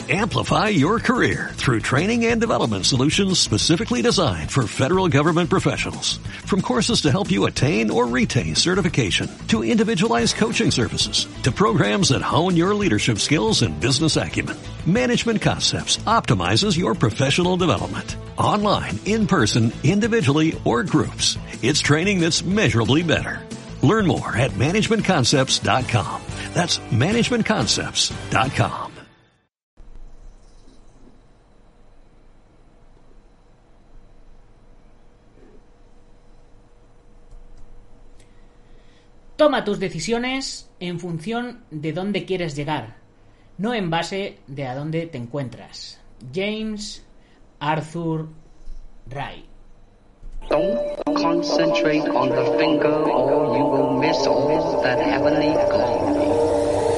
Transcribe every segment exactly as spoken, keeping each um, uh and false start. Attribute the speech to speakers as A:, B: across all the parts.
A: Amplify your career through training and development solutions specifically designed for federal government professionals. From courses to help you attain or retain certification, to individualized coaching services, to programs that hone your leadership skills and business acumen, Management Concepts optimizes your professional development. Online, in person, individually, or groups, it's training that's measurably better. Learn more at management concepts dot com. That's management concepts dot com.
B: Toma tus decisiones en función de dónde quieres llegar, no en base de a dónde te encuentras. James Arthur Ray.
C: Don't concentrate on the finger or you will miss all that heavenly glory.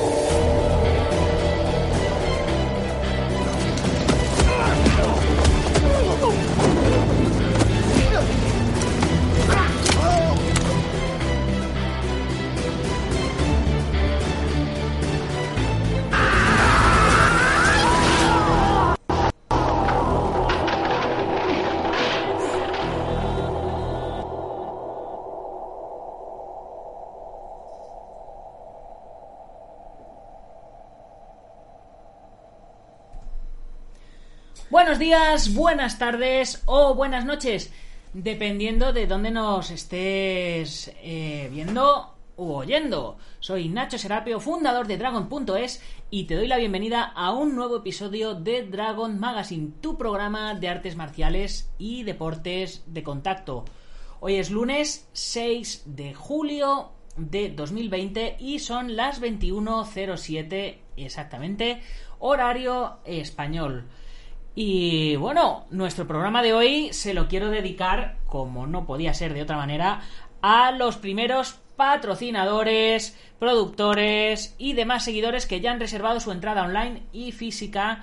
B: Buenos días, buenas tardes o buenas noches, dependiendo de dónde nos estés eh, viendo u oyendo. Soy Nacho Serapio, fundador de Dragon punto es, y te doy la bienvenida a un nuevo episodio de Dragon Magazine, tu programa de artes marciales y deportes de contacto. Hoy es lunes seis de julio de dos mil veinte y son las veintiuno cero siete exactamente, horario español. Y bueno, nuestro programa de hoy se lo quiero dedicar, como no podía ser de otra manera, a los primeros patrocinadores, productores y demás seguidores que ya han reservado su entrada online y física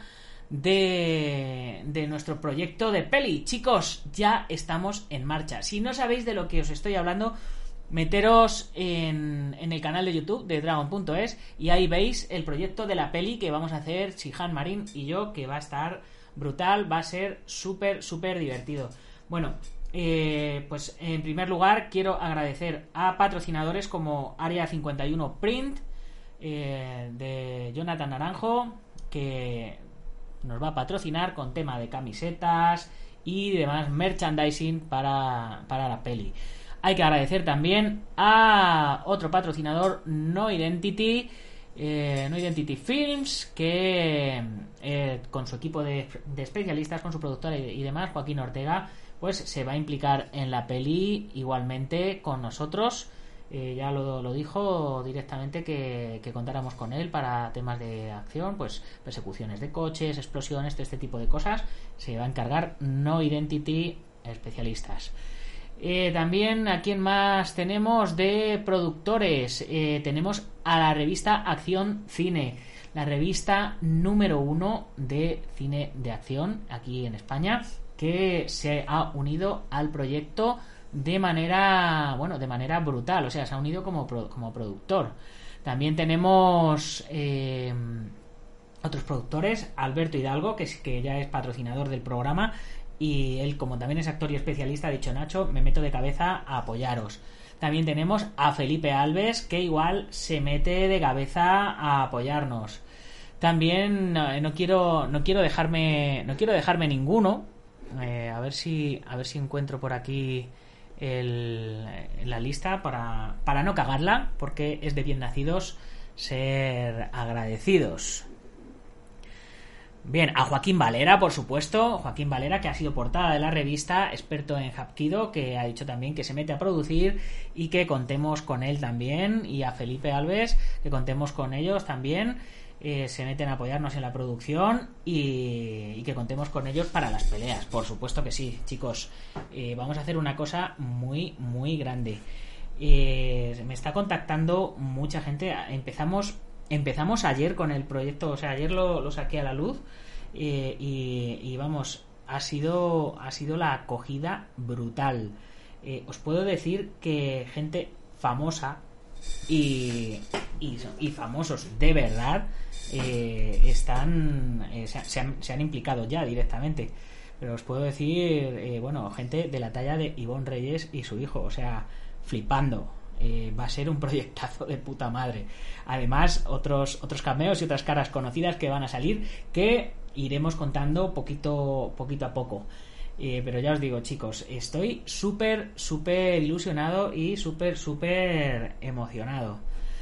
B: de, de nuestro proyecto de peli. Chicos, ya estamos en marcha. Si no sabéis de lo que os estoy hablando, meteros en, en el canal de YouTube de Dragon punto es y ahí veis el proyecto de la peli que vamos a hacer Shihan Marín y yo, que va a estar brutal, va a ser súper, súper divertido. Bueno, eh, pues en primer lugar quiero agradecer a patrocinadores como Área cincuenta y uno Print, eh, de Jonathan Naranjo, que nos va a patrocinar con tema de camisetas y demás merchandising para, para la peli. Hay que agradecer también a otro patrocinador, No Identity, Eh, No Identity Films, que eh, con su equipo de, de especialistas, con su productora y, y demás, Joaquín Ortega, pues se va a implicar en la peli igualmente con nosotros. Eh, ya lo, lo dijo directamente que, que contáramos con él para temas de acción, pues persecuciones de coches, explosiones, todo este tipo de cosas. Se va a encargar No Identity especialistas. Eh, también a quién más tenemos de productores. Eh, tenemos a la revista Acción Cine, la revista número uno de cine de acción aquí en España, que se ha unido al proyecto de manera, bueno, de manera brutal. O sea, se ha unido como, pro, como productor. También tenemos eh, otros productores, Alberto Hidalgo, que, es, que ya es patrocinador del programa. Y él, como también es actor y especialista, ha dicho: Nacho, me meto de cabeza a apoyaros. También tenemos a Felipe Alves, que igual se mete de cabeza a apoyarnos. También no, no quiero no quiero dejarme no quiero dejarme ninguno. Eh, a ver si a ver si encuentro por aquí el, la lista para para no cagarla, porque es de bien nacidos ser agradecidos. Bien, a Joaquín Valera, por supuesto, Joaquín Valera, que ha sido portada de la revista, experto en Hapkido, que ha dicho también que se mete a producir y que contemos con él también, y a Felipe Alves, que contemos con ellos también, eh, se meten a apoyarnos en la producción y, y que contemos con ellos para las peleas, por supuesto que sí, chicos. Eh, vamos a hacer una cosa muy, muy grande. Eh, me está contactando mucha gente, empezamos... Empezamos ayer con el proyecto, o sea, ayer lo, lo saqué a la luz eh, y, y vamos, ha sido ha sido la acogida brutal. Eh, os puedo decir que gente famosa y, y, y famosos de verdad eh, están eh, se, se, han, se han implicado ya directamente. Pero os puedo decir, eh, bueno, gente de la talla de Ivonne Reyes y su hijo, o sea, flipando. Eh, va a ser un proyectazo de puta madre. Además, otros otros cameos y otras caras conocidas que van a salir, que iremos contando poquito poquito a poco. Eh, pero ya os digo, chicos, estoy súper súper ilusionado y súper súper emocionado.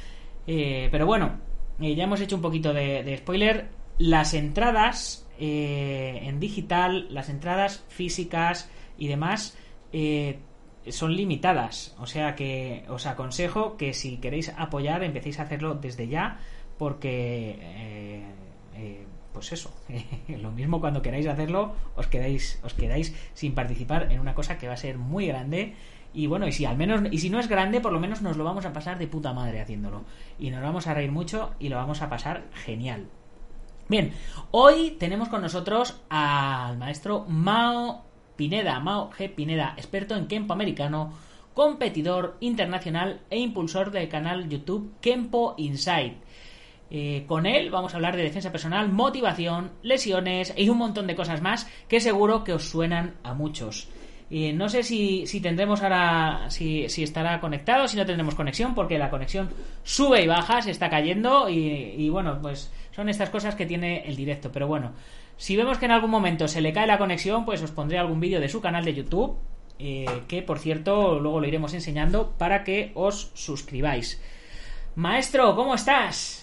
B: Eh, pero bueno, eh, ya hemos hecho un poquito de, de spoiler. Las entradas eh, en digital, las entradas físicas y demás eh, son limitadas, o sea que os aconsejo que si queréis apoyar empecéis a hacerlo desde ya, porque eh, eh, pues eso, lo mismo cuando queráis hacerlo os quedáis os quedáis sin participar en una cosa que va a ser muy grande. Y bueno, y si al menos y si no es grande, por lo menos nos lo vamos a pasar de puta madre haciéndolo, y nos vamos a reír mucho y lo vamos a pasar genial. Bien, hoy tenemos con nosotros al maestro Mao Pineda, Mao G. Pineda, experto en Kenpo americano, competidor internacional e impulsor del canal YouTube Kenpo Inside. Eh, con él vamos a hablar de defensa personal, motivación, lesiones y un montón de cosas más que seguro que os suenan a muchos. Eh, no sé si, si tendremos ahora, si, si estará conectado, si no tendremos conexión, porque la conexión sube y baja, se está cayendo y, y bueno, pues son estas cosas que tiene el directo. Pero bueno, si vemos que en algún momento se le cae la conexión, pues os pondré algún vídeo de su canal de YouTube, eh, que por cierto luego lo iremos enseñando para que os suscribáis. Maestro, ¿cómo estás?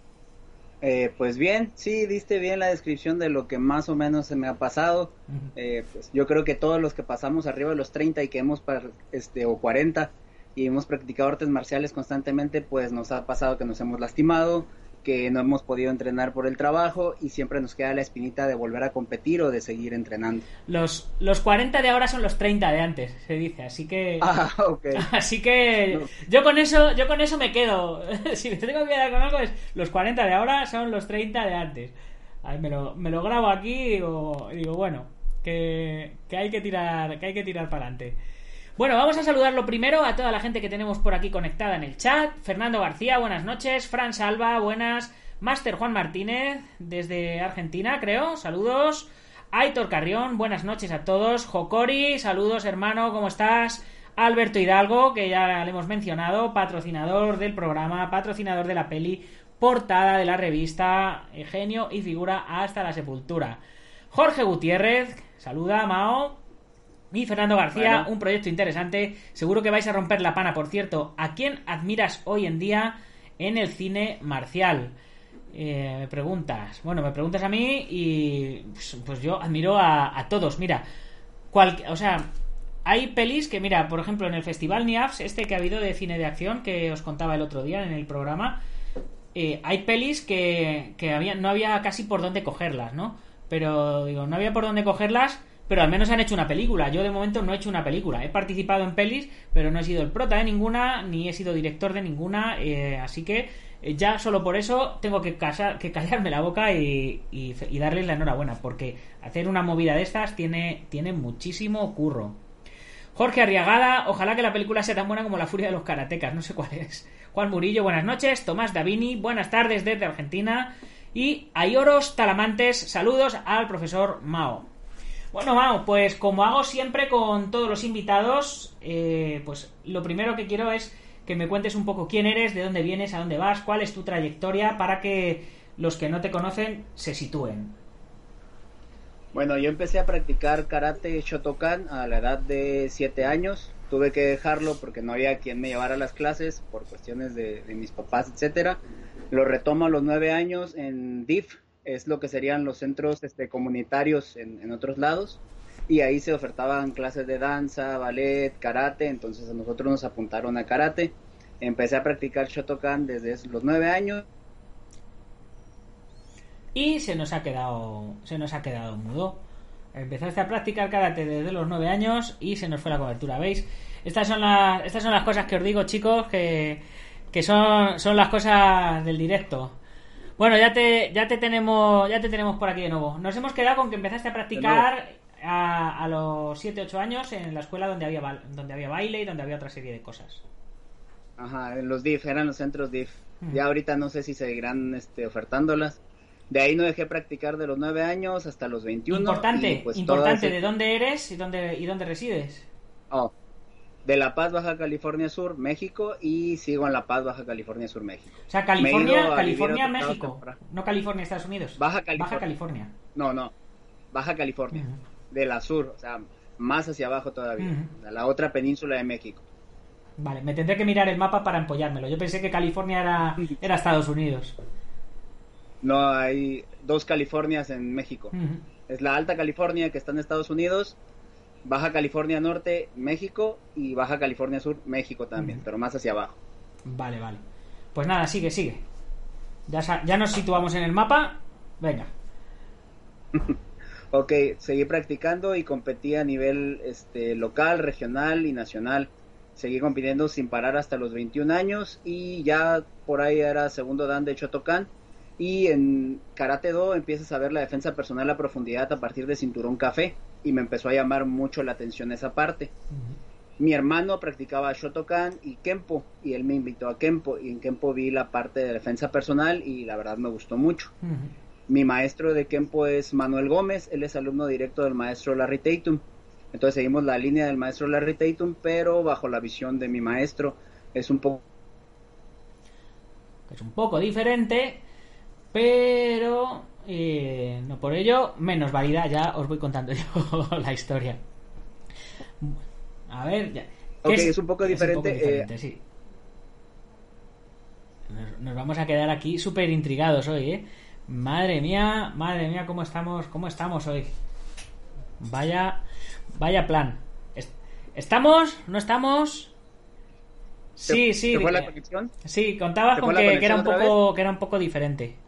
D: Eh, pues bien, sí, diste bien la descripción de lo que más o menos se me ha pasado. Uh-huh. eh, pues yo creo que todos los que pasamos arriba de los treinta y que hemos, este, o cuarenta, y hemos practicado artes marciales constantemente, pues nos ha pasado que nos hemos lastimado, que no hemos podido entrenar por el trabajo y siempre nos queda la espinita de volver a competir o de seguir entrenando.
B: Los, los cuarenta de ahora son los treinta de antes, se dice, así que...
D: Ah, ok.
B: Así que
D: no.
B: yo con eso yo con eso me quedo. Si me tengo que quedar con algo es los cuarenta de ahora son los treinta de antes. Ahí me lo, me lo grabo aquí y digo, y digo bueno, que, que hay que tirar, que hay que tirar para adelante. Bueno, vamos a saludar lo primero a toda la gente que tenemos por aquí conectada en el chat. Fernando García, buenas noches. Fran Salva, buenas. Máster Juan Martínez, desde Argentina, creo. Saludos. Aitor Carrión, buenas noches a todos. Jocori, saludos, hermano, ¿cómo estás? Alberto Hidalgo, que ya le hemos mencionado, patrocinador del programa, patrocinador de la peli, portada de la revista, genio y figura hasta la sepultura. Jorge Gutiérrez, saluda, Mao. Y Fernando García, bueno. Un proyecto interesante. Seguro que vais a romper la pana, por cierto. ¿A quién admiras hoy en día en el cine marcial? Eh, me preguntas. Bueno, me preguntas a mí y pues, pues yo admiro a, a todos. Mira, cual, o sea, hay pelis que, mira, por ejemplo, en el Festival N I A F S, este que ha habido de cine de acción, que os contaba el otro día en el programa, eh, hay pelis que, que había, no había casi por dónde cogerlas, ¿no? Pero, digo, no había por dónde cogerlas... Pero al menos han hecho una película. Yo de momento no he hecho una película. He participado en pelis, pero no he sido el prota de ninguna, ni he sido director de ninguna. Eh, así que eh, ya solo por eso tengo que, casar, que callarme la boca y, y, y darles la enhorabuena, porque hacer una movida de estas tiene, tiene muchísimo curro. Jorge Arriagada, ojalá que la película sea tan buena como La furia de los karatecas. No sé cuál es. Juan Murillo, buenas noches. Tomás Davini, buenas tardes desde Argentina. Y Aioros Talamantes, saludos al profesor Mao. Bueno, Mao, pues como hago siempre con todos los invitados, eh, pues lo primero que quiero es que me cuentes un poco quién eres, de dónde vienes, a dónde vas, cuál es tu trayectoria, para que los que no te conocen se sitúen.
D: Bueno, yo empecé a practicar karate Shotokan a la edad de siete años. Tuve que dejarlo porque no había quien me llevara a las clases por cuestiones de, de mis papás, etcétera. Lo retomo a los nueve años en D I F. Es lo que serían los centros este, comunitarios en, en otros lados, y ahí se ofertaban clases de danza, ballet, karate. Entonces a nosotros nos apuntaron a karate. Empecé a practicar Shotokan desde los nueve años.
B: Y se nos ha quedado, se nos ha quedado mudo. Empezaste a practicar karate desde los nueve años y se nos fue la cobertura, ¿veis? Estas son las, estas son las cosas que os digo, chicos, que, que son, son las cosas del directo. Bueno, ya te, ya te tenemos, ya te tenemos por aquí de nuevo. Nos hemos quedado con que empezaste a practicar a, a los siete ocho años en la escuela donde había donde había baile y donde había otra serie de cosas.
D: Ajá, en los D I F, eran los centros D I F.
B: Uh-huh.
D: Ya ahorita no sé si seguirán este, ofertándolas. De ahí no dejé practicar de los nueve años hasta los veintiuno.
B: Importante,
D: y pues
B: importante,
D: todas...
B: ¿de dónde eres y dónde, y dónde resides?
D: Oh, de La Paz, Baja California Sur, México, y sigo en La Paz, Baja California Sur, México.
B: O sea, California, California,
D: México.
B: Temporada. No California, Estados Unidos.
D: Baja California.
B: Baja California.
D: No, no, Baja California. Uh-huh. De la sur, o sea, más hacia abajo todavía. Uh-huh. La otra península de México.
B: Vale, me tendré que mirar el mapa para empollármelo. Yo pensé que California era, era Estados Unidos.
D: No, hay dos Californias en México. Uh-huh. Es la Alta California, que está en Estados Unidos, Baja California Norte, México, y Baja California Sur, México también, uh-huh. pero más hacia abajo.
B: Vale, vale. Pues nada, sigue, sigue. Ya, ya nos situamos en el mapa. Venga.
D: Ok, seguí practicando y competí a nivel este, local, regional y nacional. Seguí compitiendo sin parar hasta los veintiún años y ya por ahí era segundo dan de Shotokan. Y en Karate Do empiezas a ver la defensa personal a profundidad a partir de cinturón café y me empezó a llamar mucho la atención esa parte. Uh-huh. Mi hermano practicaba Shotokan y Kenpo y él me invitó a Kenpo y en Kenpo vi la parte de defensa personal y la verdad me gustó mucho. Uh-huh. Mi maestro de Kenpo es Manuel Gómez, él es alumno directo del maestro Larry Tatum. Entonces seguimos la línea del maestro Larry Tatum, pero bajo la visión de mi maestro. Es un poco...
B: Es un poco diferente, pero eh, no por ello menos válida. Ya os voy contando yo la historia. A ver, ya.
D: Ok, es, es un poco diferente.
B: Un poco diferente eh... sí. Nos, nos vamos a quedar aquí súper intrigados hoy, ¿eh? Madre mía, madre mía, cómo estamos, cómo estamos hoy. Vaya, vaya plan. ¿Estamos? ¿No estamos? Sí, sí.
D: ¿Te fue la conexión?
B: Sí, contabas con que, que era un poco, que era un poco diferente.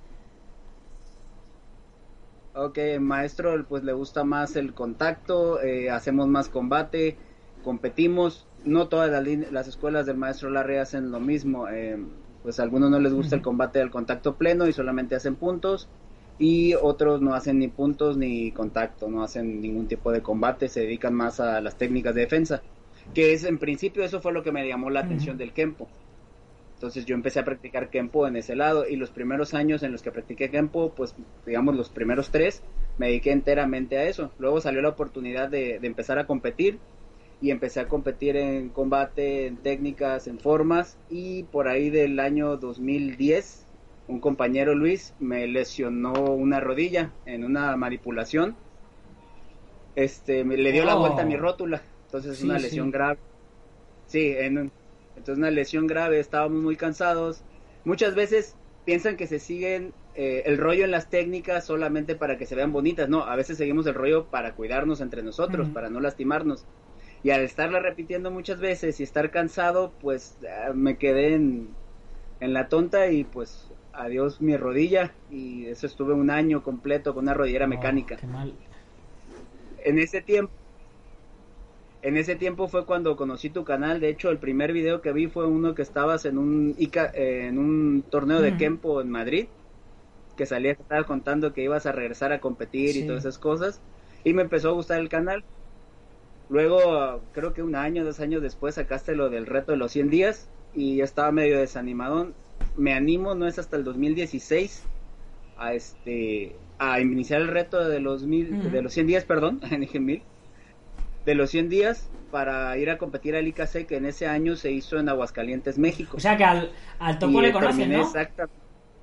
D: Ok, maestro, pues le gusta más el contacto, eh, hacemos más combate, competimos. No todas las, las escuelas del maestro Larry hacen lo mismo. Eh, pues a algunos no les gusta el combate al contacto pleno y solamente hacen puntos. Y otros no hacen ni puntos ni contacto, no hacen ningún tipo de combate, se dedican más a las técnicas de defensa, que es en principio eso fue lo que me llamó la atención uh-huh. del Kenpo. Entonces yo empecé a practicar Kenpo en ese lado y los primeros años en los que practiqué Kenpo, pues digamos los primeros tres, me dediqué enteramente a eso. Luego salió la oportunidad de, de empezar a competir y empecé a competir en combate, en técnicas, en formas y por ahí del año dos mil diez... un compañero Luis me lesionó una rodilla en una manipulación. Este, me le dio oh. la vuelta a mi rótula. Entonces es sí, una lesión sí. grave. Sí, en un, entonces una lesión grave. Estábamos muy cansados. Muchas veces piensan que se siguen eh, el rollo en las técnicas solamente para que se vean bonitas. No, a veces seguimos el rollo para cuidarnos entre nosotros, mm. para no lastimarnos. Y al estarla repitiendo muchas veces y estar cansado, pues eh, me quedé en, en la tonta y pues... adiós mi rodilla y eso estuve un año completo con una rodillera oh, mecánica.
B: Qué mal.
D: En ese tiempo, en ese tiempo fue cuando conocí tu canal. De hecho, el primer video que vi fue uno que estabas en un Ica, eh, en un torneo de mm. Kenpo en Madrid, que salía, que estabas contando que ibas a regresar a competir sí. y todas esas cosas, y me empezó a gustar el canal. Luego, creo que un año, dos años después sacaste lo del reto de los cien días y yo estaba medio desanimadón. Me animo, no es hasta el dos mil dieciséis a este a iniciar el reto de los mil uh-huh. de los cien días, perdón, dije mil, de los cien días para ir a competir al I C A C, que en ese año se hizo en Aguascalientes, México.
B: O sea que al, al Topo y le conocen, ¿no?
D: Exactamente.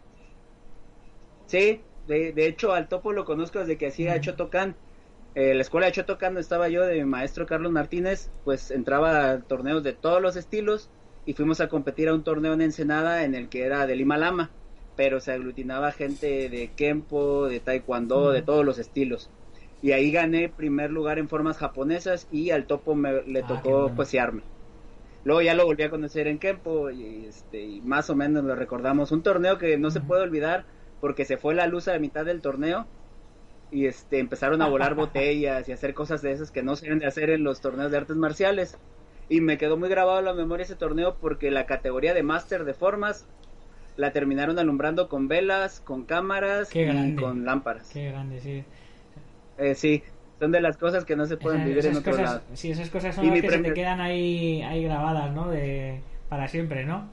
D: Sí, de, de hecho al Topo lo conozco desde que hacía uh-huh. Shotokan. Eh, la escuela de Shotokan estaba yo, de mi maestro Carlos Martínez, pues entraba a torneos de todos los estilos. Y fuimos a competir a un torneo en Ensenada en el que era de Lima Lama, pero se aglutinaba gente de Kenpo, de Taekwondo, mm. de todos los estilos. Y ahí gané primer lugar en formas japonesas y al Topo me, le ah, tocó juecearme. Luego ya lo volví a conocer en Kenpo y, este, y más o menos lo recordamos. Un torneo que no mm. se puede olvidar porque se fue la luz a la mitad del torneo y este empezaron a volar botellas y hacer cosas de esas que no se deben de hacer en los torneos de artes marciales. Y me quedó muy grabado en la memoria ese torneo porque la categoría de máster de formas la terminaron alumbrando con velas, con cámaras
B: Qué
D: y
B: grande.
D: con lámparas.
B: Qué grande, sí.
D: Eh, sí, son de las cosas que no se pueden
B: esas,
D: vivir
B: esas
D: en otro
B: cosas,
D: lado.
B: Sí, esas cosas son
D: y
B: las que
D: premio...
B: se te quedan ahí, ahí grabadas, ¿no? De, para siempre, ¿no?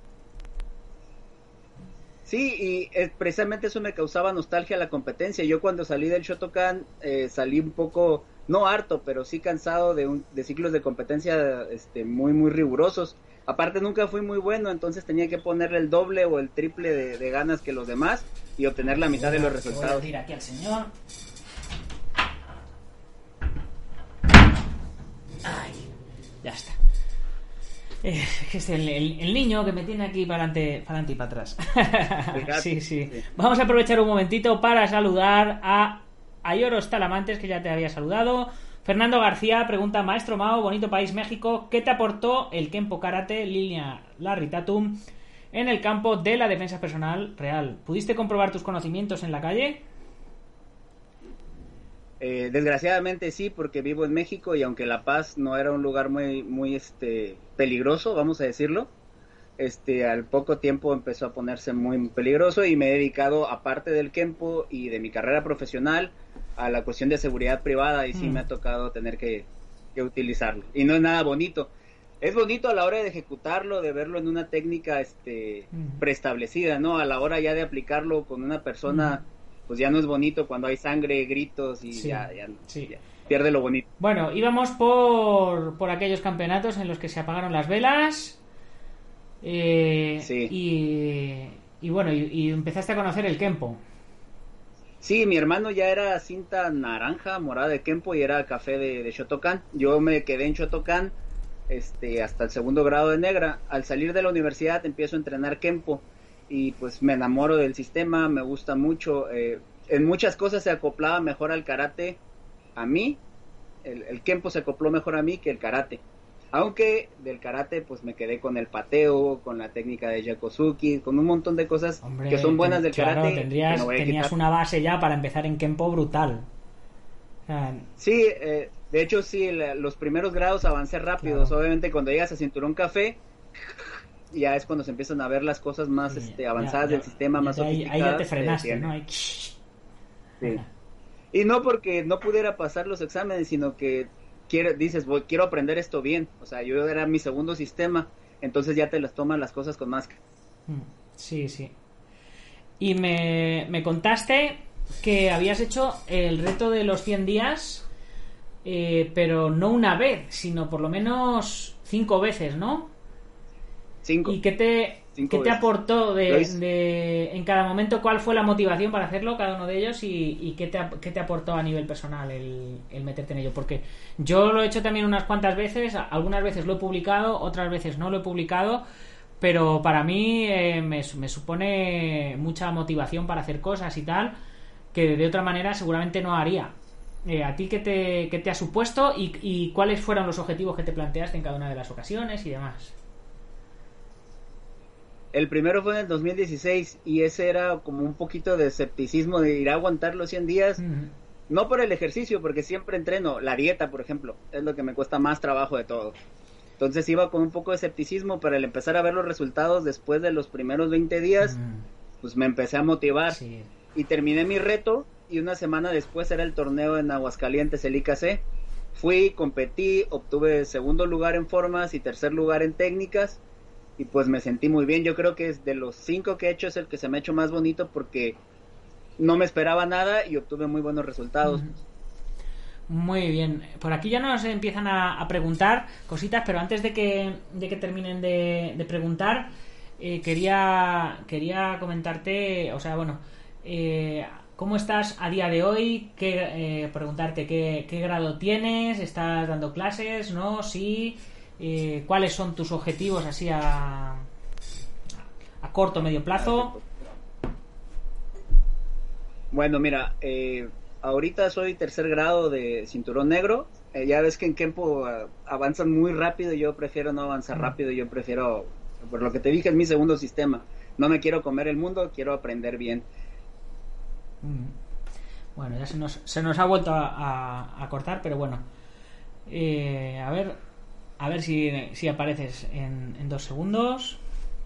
D: Sí, y eh, precisamente eso me causaba nostalgia a la competencia. Yo cuando salí del Shotokan eh, salí un poco, no harto, pero sí cansado de, un, de ciclos de competencia este, muy, muy rigurosos. Aparte nunca fui muy bueno, entonces tenía que ponerle el doble o el triple de, de ganas que los demás y obtener la mitad de los resultados.
B: Voy a decir aquí al señor. Ay, ya está. Eh, es el, el, el niño que me tiene aquí para adelante, para adelante y para atrás. sí, sí. Vamos a aprovechar un momentito para saludar a Ayoros Talamantes, que ya te había saludado. Fernando García pregunta: Maestro Mao, bonito país México, ¿qué te aportó el Kenpo Karate Línea Larry-Tatum en el campo de la defensa personal real? ¿Pudiste comprobar tus conocimientos en la calle?
D: Eh, desgraciadamente sí, porque vivo en México y aunque La Paz no era un lugar muy, muy este, peligroso, vamos a decirlo, este, al poco tiempo empezó a ponerse muy peligroso y me he dedicado, aparte del Kenpo y de mi carrera profesional, a la cuestión de seguridad privada y sí mm. me ha tocado tener que, que utilizarlo. Y no es nada bonito. Es bonito a la hora de ejecutarlo, de verlo en una técnica este, mm. preestablecida, ¿no? A la hora ya de aplicarlo con una persona... Mm. Pues ya no es bonito cuando hay sangre, gritos y sí, ya, ya,
B: sí.
D: ya pierde lo bonito.
B: Bueno, íbamos por, por aquellos campeonatos en los que se apagaron las velas eh,
D: sí.
B: y, y bueno, y, y empezaste a conocer el Kenpo.
D: Sí, mi hermano ya era cinta naranja, morada de Kenpo y era café de, de Shotokan. Yo me quedé en Shotokan este, hasta el segundo grado de negra. Al salir de la universidad empiezo a entrenar Kenpo. Y pues me enamoro del sistema, me gusta mucho, eh, en muchas cosas se acoplaba mejor al karate a mí, el, el Kenpo se acopló mejor a mí que el karate, aunque del karate pues me quedé con el pateo, con la técnica de Yakosuki, con un montón de cosas Hombre, que son buenas del
B: claro,
D: karate.
B: Tendrías, no tenías una base ya para empezar en Kenpo brutal. O sea,
D: sí, eh, de hecho sí, la, los primeros grados avancé rápidos, claro. Obviamente cuando llegas a cinturón café... ya es cuando se empiezan a ver las cosas más sí, este, avanzadas ya, ya, del sistema, más
B: ahí,
D: sofisticadas.
B: Ahí ya te frenaste, ¿no? Ahí...
D: Sí. Y no porque no pudiera pasar los exámenes, sino que quiero, dices, voy, quiero aprender esto bien. O sea, yo era mi segundo sistema, entonces ya te las toman las cosas con más.
B: Sí, sí. Y me, me contaste que habías hecho el reto de los cien días, eh, pero no una vez, sino por lo menos cinco veces, ¿no?
D: Cinco.
B: ¿Y qué te,
D: Cinco
B: qué te aportó de,
D: veces.
B: de en cada momento? ¿Cuál fue la motivación para hacerlo, cada uno de ellos? ¿Y, y qué, te, qué te aportó a nivel personal el, el meterte en ello? Porque yo lo he hecho también unas cuantas veces, algunas veces lo he publicado, otras veces no lo he publicado, pero para mí eh, me, me supone mucha motivación para hacer cosas y tal, que de otra manera seguramente no haría. Eh, ¿A ti qué te, qué te ha supuesto y, y cuáles fueron los objetivos que te planteaste en cada una de las ocasiones y demás?
D: El primero fue en el dos mil dieciséis y ese era como un poquito de escepticismo de ir a aguantar los cien días, uh-huh. No por el ejercicio, porque siempre entreno, la dieta, por ejemplo, es lo que me cuesta más trabajo de todo. Entonces iba con un poco de escepticismo, pero al empezar a ver los resultados después de los primeros veinte días, uh-huh. Pues me empecé a motivar sí. Y terminé mi reto y una semana después era el torneo en Aguascalientes, el I K C. Fui, competí, obtuve segundo lugar en formas y tercer lugar en técnicas. Y pues me sentí muy bien. Yo creo que es de los cinco que he hecho es el que se me ha hecho más bonito porque no me esperaba nada y obtuve muy buenos resultados.
B: Muy bien. Por aquí ya nos empiezan a, a preguntar cositas, pero antes de que, de que terminen de, de preguntar, eh, quería quería comentarte, o sea, bueno, eh, ¿cómo estás a día de hoy? ¿Qué, eh, preguntarte qué, qué grado tienes, ¿estás dando clases? ¿No? ¿Sí? Eh, ¿Cuáles son tus objetivos así a, a corto o medio plazo?
D: Bueno, mira, eh, ahorita soy tercer grado de cinturón negro. Eh, ya ves que en Kenpo uh, avanzan muy rápido. Yo prefiero no avanzar mm. rápido. Yo prefiero, por lo que te dije, es mi segundo sistema. No me quiero comer el mundo, quiero aprender bien.
B: Mm. Bueno, ya se nos, se nos ha vuelto a, a, a cortar, pero bueno. Eh, a ver... A ver si, si apareces en, en dos segundos.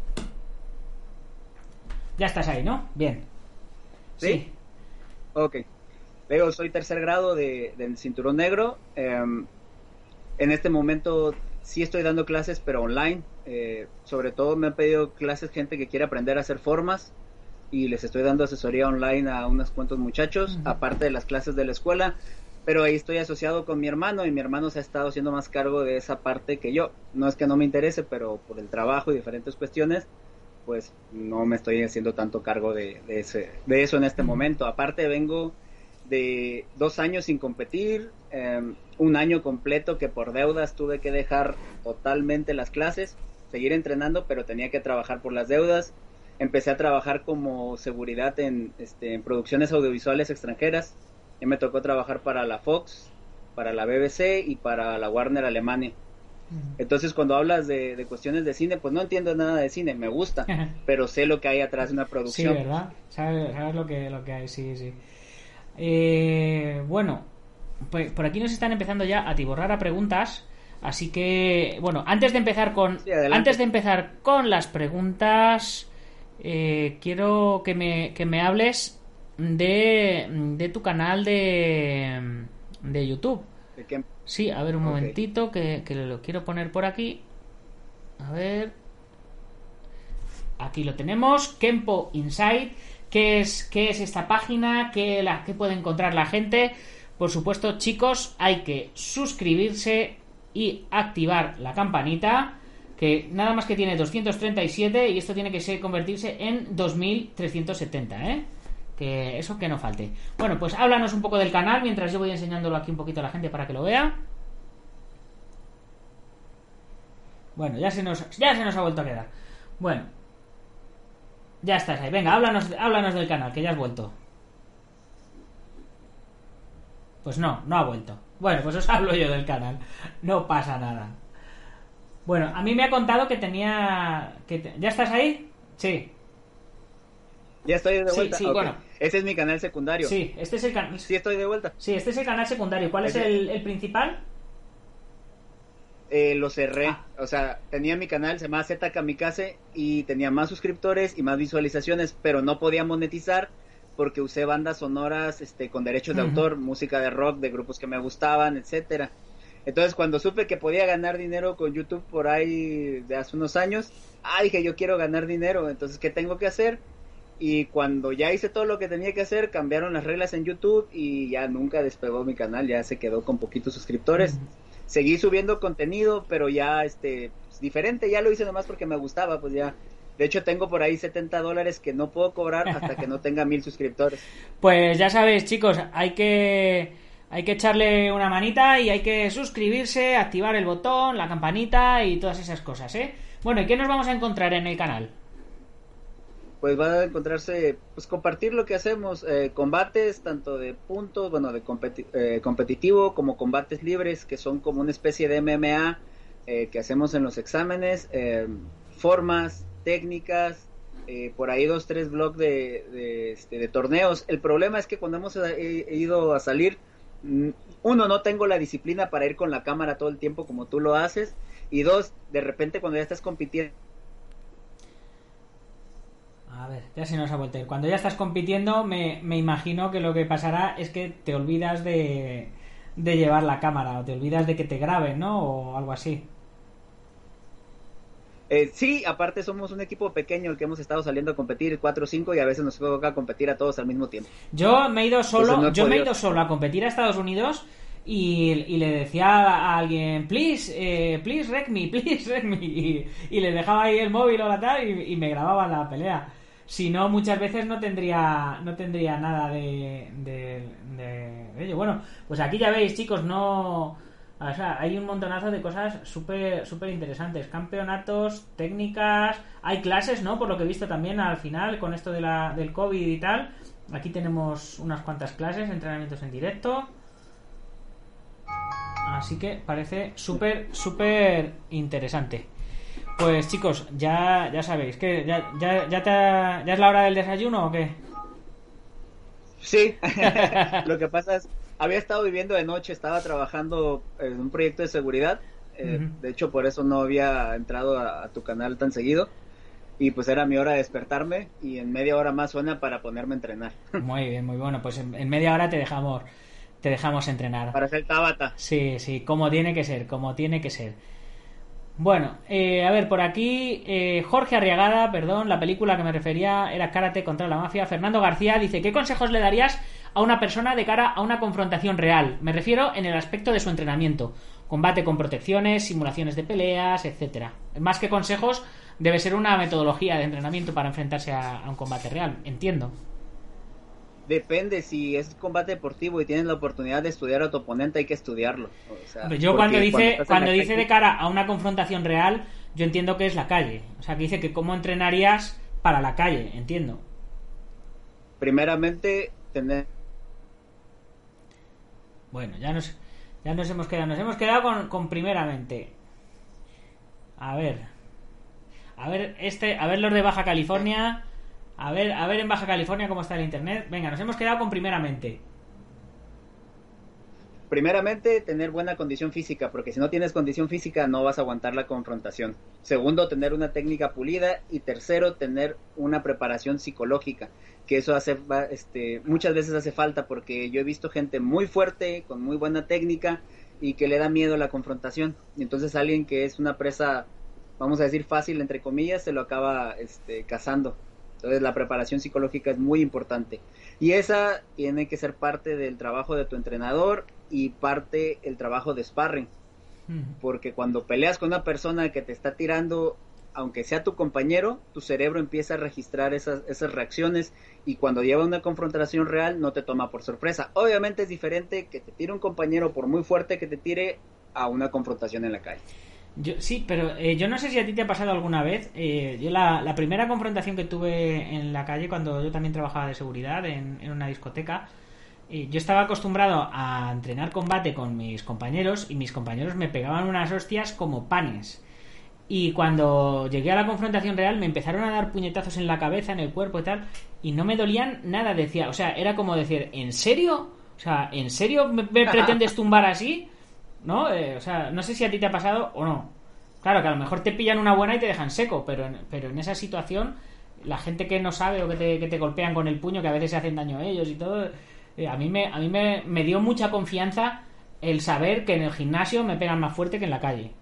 B: Ya estás ahí, ¿no? Bien.
D: ¿Sí? Sí. Ok. Veo, soy tercer grado de, de cinturón negro. Eh, en este momento sí estoy dando clases, pero online. Eh, sobre todo me han pedido clases gente que quiere aprender a hacer formas y les estoy dando asesoría online a unos cuantos muchachos, uh-huh. aparte de las clases de la escuela, pero ahí estoy asociado con mi hermano y mi hermano se ha estado haciendo más cargo de esa parte que yo. No es que no me interese, pero por el trabajo y diferentes cuestiones, pues no me estoy haciendo tanto cargo de, de, ese, de eso en este uh-huh. momento. Aparte vengo de dos años sin competir, eh, un año completo que por deudas tuve que dejar totalmente las clases, seguir entrenando, pero tenía que trabajar por las deudas. Empecé a trabajar como seguridad en, este, en producciones audiovisuales extranjeras. Ya me tocó trabajar para la Fox, para la B B C y para la Warner Alemania. Uh-huh. Entonces cuando hablas de, de cuestiones de cine, pues no entiendo nada de cine, me gusta, pero sé lo que hay atrás de una producción.
B: Sí, ¿verdad? Sabes, sabes lo que, lo que hay, sí, sí. Eh, bueno, pues por aquí nos están empezando ya a tiborrar a preguntas, así que bueno, antes de empezar con
D: sí,
B: antes de empezar con las preguntas, eh, quiero que me que me hables de de tu canal de de YouTube.
D: ¿De qué?
B: Sí, a ver un
D: okay.
B: momentito que, que lo quiero poner por aquí. A ver, aquí lo tenemos, Kenpo Inside. ¿Qué es, qué es esta página? ¿Qué, la, ¿Qué puede encontrar la gente? Por supuesto, chicos, hay que suscribirse y activar la campanita, que nada más que tiene doscientos treinta y siete y esto tiene que ser, convertirse en dos mil trescientos setenta, ¿eh? Que eso que no falte. Bueno, pues háblanos un poco del canal mientras yo voy enseñándolo aquí un poquito a la gente para que lo vea. Bueno, ya se nos, ya se nos ha vuelto a quedar. Bueno, ya estás ahí. Venga, háblanos, háblanos del canal, que ya has vuelto. Pues no, no ha vuelto. Bueno, pues os hablo yo del canal. No pasa nada. Bueno, a mí me ha contado que tenía... que te... ¿Ya estás ahí? Sí.
D: Ya estoy de vuelta.
B: Sí, sí,
D: okay.
B: Bueno.
D: Ese es mi canal secundario.
B: Sí, este es el canal.
D: Sí, estoy de vuelta.
B: Sí, este es el canal secundario. ¿Cuál es el, el principal?
D: Eh, lo cerré,
B: ah.
D: o sea, tenía mi canal, se llama Z Kamikaze y tenía más suscriptores y más visualizaciones, pero no podía monetizar porque usé bandas sonoras este, con derechos de uh-huh. autor, música de rock, de grupos que me gustaban, etcétera. Entonces cuando supe que podía ganar dinero con YouTube por ahí de hace unos años, ah, dije yo quiero ganar dinero, entonces ¿qué tengo que hacer? Y cuando ya hice todo lo que tenía que hacer, cambiaron las reglas en YouTube y ya nunca despegó mi canal, ya se quedó con poquitos suscriptores. Uh-huh. Seguí subiendo contenido, pero ya este pues, diferente, ya lo hice nomás porque me gustaba, pues ya. De hecho tengo por ahí setenta dólares que no puedo cobrar hasta que no tenga mil suscriptores.
B: Pues ya sabéis, chicos, hay que hay que echarle una manita y hay que suscribirse, activar el botón, la campanita y todas esas cosas, ¿eh? Bueno, ¿y qué nos vamos a encontrar en el canal?
D: Pues va a encontrarse, pues compartir lo que hacemos, eh, combates tanto de puntos, bueno, de competi- eh, competitivo como combates libres, que son como una especie de M M A eh, que hacemos en los exámenes, eh, formas, técnicas, eh, por ahí dos, tres blogs de, de, este, de torneos. El problema es que cuando hemos eh, ido a salir, uno, no tengo la disciplina para ir con la cámara todo el tiempo como tú lo haces, y dos, de repente cuando ya estás compitiendo,
B: a ver, ya se nos ha vuelto. Cuando ya estás compitiendo, me, me imagino que lo que pasará es que te olvidas de, de llevar la cámara, o te olvidas de que te graben, ¿no? O algo así.
D: Eh, sí, aparte somos un equipo pequeño el que hemos estado saliendo a competir, cuatro o cinco, y a veces nos toca competir a todos al mismo tiempo.
B: Yo me he ido solo,
D: no he
B: yo
D: podido...
B: me he ido solo a competir a Estados Unidos y, y le decía a alguien, please, eh, please wreck me, please wreck me, y, y le dejaba ahí el móvil o la tal y, y me grababa la pelea. Si no, muchas veces no tendría no tendría nada de, de, de, de ello. Bueno, pues aquí ya veis, chicos, no... O sea, hay un montonazo de cosas súper súper interesantes. Campeonatos, técnicas, hay clases, ¿no? Por lo que he visto también al final, con esto de la, del COVID y tal. Aquí tenemos unas cuantas clases, entrenamientos en directo. Así que parece súper, súper interesante. Pues chicos, ya, ya sabéis, que ya, ya, ya, te ha, ¿ya es la hora del desayuno o qué?
D: Sí, lo que pasa es, había estado viviendo de noche, estaba trabajando en un proyecto de seguridad, eh, uh-huh. de hecho por eso no había entrado a, a tu canal tan seguido, y pues era mi hora de despertarme, y en media hora más suena para ponerme a entrenar.
B: Muy bien, muy bueno, pues en, en media hora te dejamos, te dejamos entrenar.
D: Para hacer Tabata.
B: Sí, sí, como tiene que ser, como tiene que ser. Bueno, eh, a ver, por aquí eh, Jorge Arriagada, perdón, la película que me refería era Karate contra la Mafia. Fernando García dice, ¿qué consejos le darías a una persona de cara a una confrontación real? Me refiero en el aspecto de su entrenamiento. Combate con protecciones, simulaciones de peleas, etcétera. Más que consejos, debe ser una metodología de entrenamiento para enfrentarse a, a un combate real, entiendo.
D: Depende, si es combate deportivo y tienes la oportunidad de estudiar a tu oponente, hay que estudiarlo. O sea,
B: yo cuando dice cuando, cuando dice
D: calle...
B: de cara a una confrontación real, yo entiendo que es la calle. O sea, que dice que cómo entrenarías para la calle, entiendo.
D: Primeramente, tener...
B: Bueno, ya nos, ya nos hemos quedado. Nos hemos quedado con, con primeramente. A ver. A ver, este, a ver los de Baja California... A ver, a ver en Baja California cómo está el internet. Venga, nos hemos quedado con primeramente.
D: Primeramente, tener buena condición física, porque si no tienes condición física no vas a aguantar la confrontación. Segundo, tener una técnica pulida. Y tercero, tener una preparación psicológica, que eso hace, este, muchas veces hace falta, porque yo he visto gente muy fuerte, con muy buena técnica, y que le da miedo la confrontación. Y entonces alguien que es una presa, vamos a decir fácil, entre comillas, se lo acaba este, cazando. Entonces la preparación psicológica es muy importante. Y esa tiene que ser parte del trabajo de tu entrenador y parte el trabajo de sparring. Uh-huh. Porque cuando peleas con una persona que te está tirando, aunque sea tu compañero, tu cerebro empieza a registrar esas, esas reacciones y cuando lleva una confrontación real no te toma por sorpresa. Obviamente es diferente que te tire un compañero por muy fuerte que te tire a una confrontación en la calle.
B: Yo, sí, pero eh, yo no sé si a ti te ha pasado alguna vez. Eh, yo la, la primera confrontación que tuve en la calle, cuando yo también trabajaba de seguridad en, en una discoteca, eh, yo estaba acostumbrado a entrenar combate con mis compañeros y mis compañeros me pegaban unas hostias como panes. Y cuando llegué a la confrontación real me empezaron a dar puñetazos en la cabeza, en el cuerpo y tal, y no me dolían nada, decía, o sea, era como decir, ¿en serio? O sea, ¿en serio me, me pretendes tumbar así? ¿No? Eh, o sea, no sé si a ti te ha pasado o no. Claro, que a lo mejor te pillan una buena y te dejan seco, pero en, pero en esa situación, la gente que no sabe o que te, que te golpean con el puño, que a veces se hacen daño a ellos y todo, eh, a mí, me, a mí me, me dio mucha confianza el saber que en el gimnasio me pegan más fuerte que en la calle.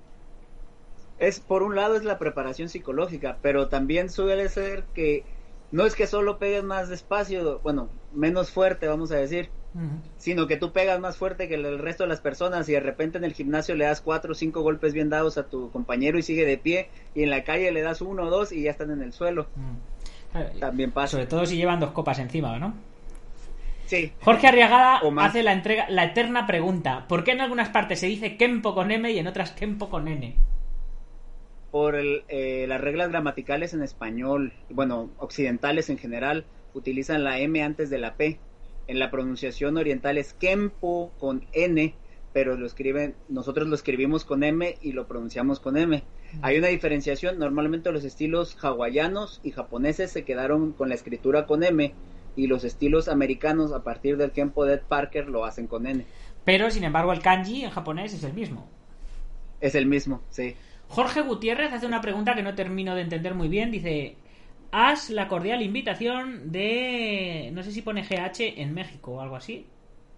D: Es, por un lado es la preparación psicológica, pero también suele ser que no es que solo pegues más despacio, bueno, menos fuerte, vamos a decir, uh-huh. sino que tú pegas más fuerte que el resto de las personas y de repente en el gimnasio le das cuatro o cinco golpes bien dados a tu compañero y sigue de pie, y en la calle le das uno o dos y ya están en el suelo. Uh-huh. También pasa.
B: Sobre todo si llevan dos copas encima, ¿no?
D: Sí.
B: Jorge Arriagada hace la entrega, la eterna pregunta: ¿por qué en algunas partes se dice Kempo con M y en otras Kempo con N?
D: Por el, eh, las reglas gramaticales en español, bueno, occidentales en general, utilizan la M antes de la P. En la pronunciación oriental es Kempo con N, pero lo escriben, nosotros lo escribimos con M y lo pronunciamos con M. Uh-huh. Hay una diferenciación, normalmente los estilos hawaianos y japoneses se quedaron con la escritura con M, y los estilos americanos a partir del Kempo de Ed Parker lo hacen con N.
B: Pero, sin embargo, el kanji en japonés es el mismo.
D: Es el mismo, sí.
B: Jorge Gutiérrez hace una pregunta que no termino de entender muy bien. Dice: haz la cordial invitación de... no sé si pone G H en México o algo así.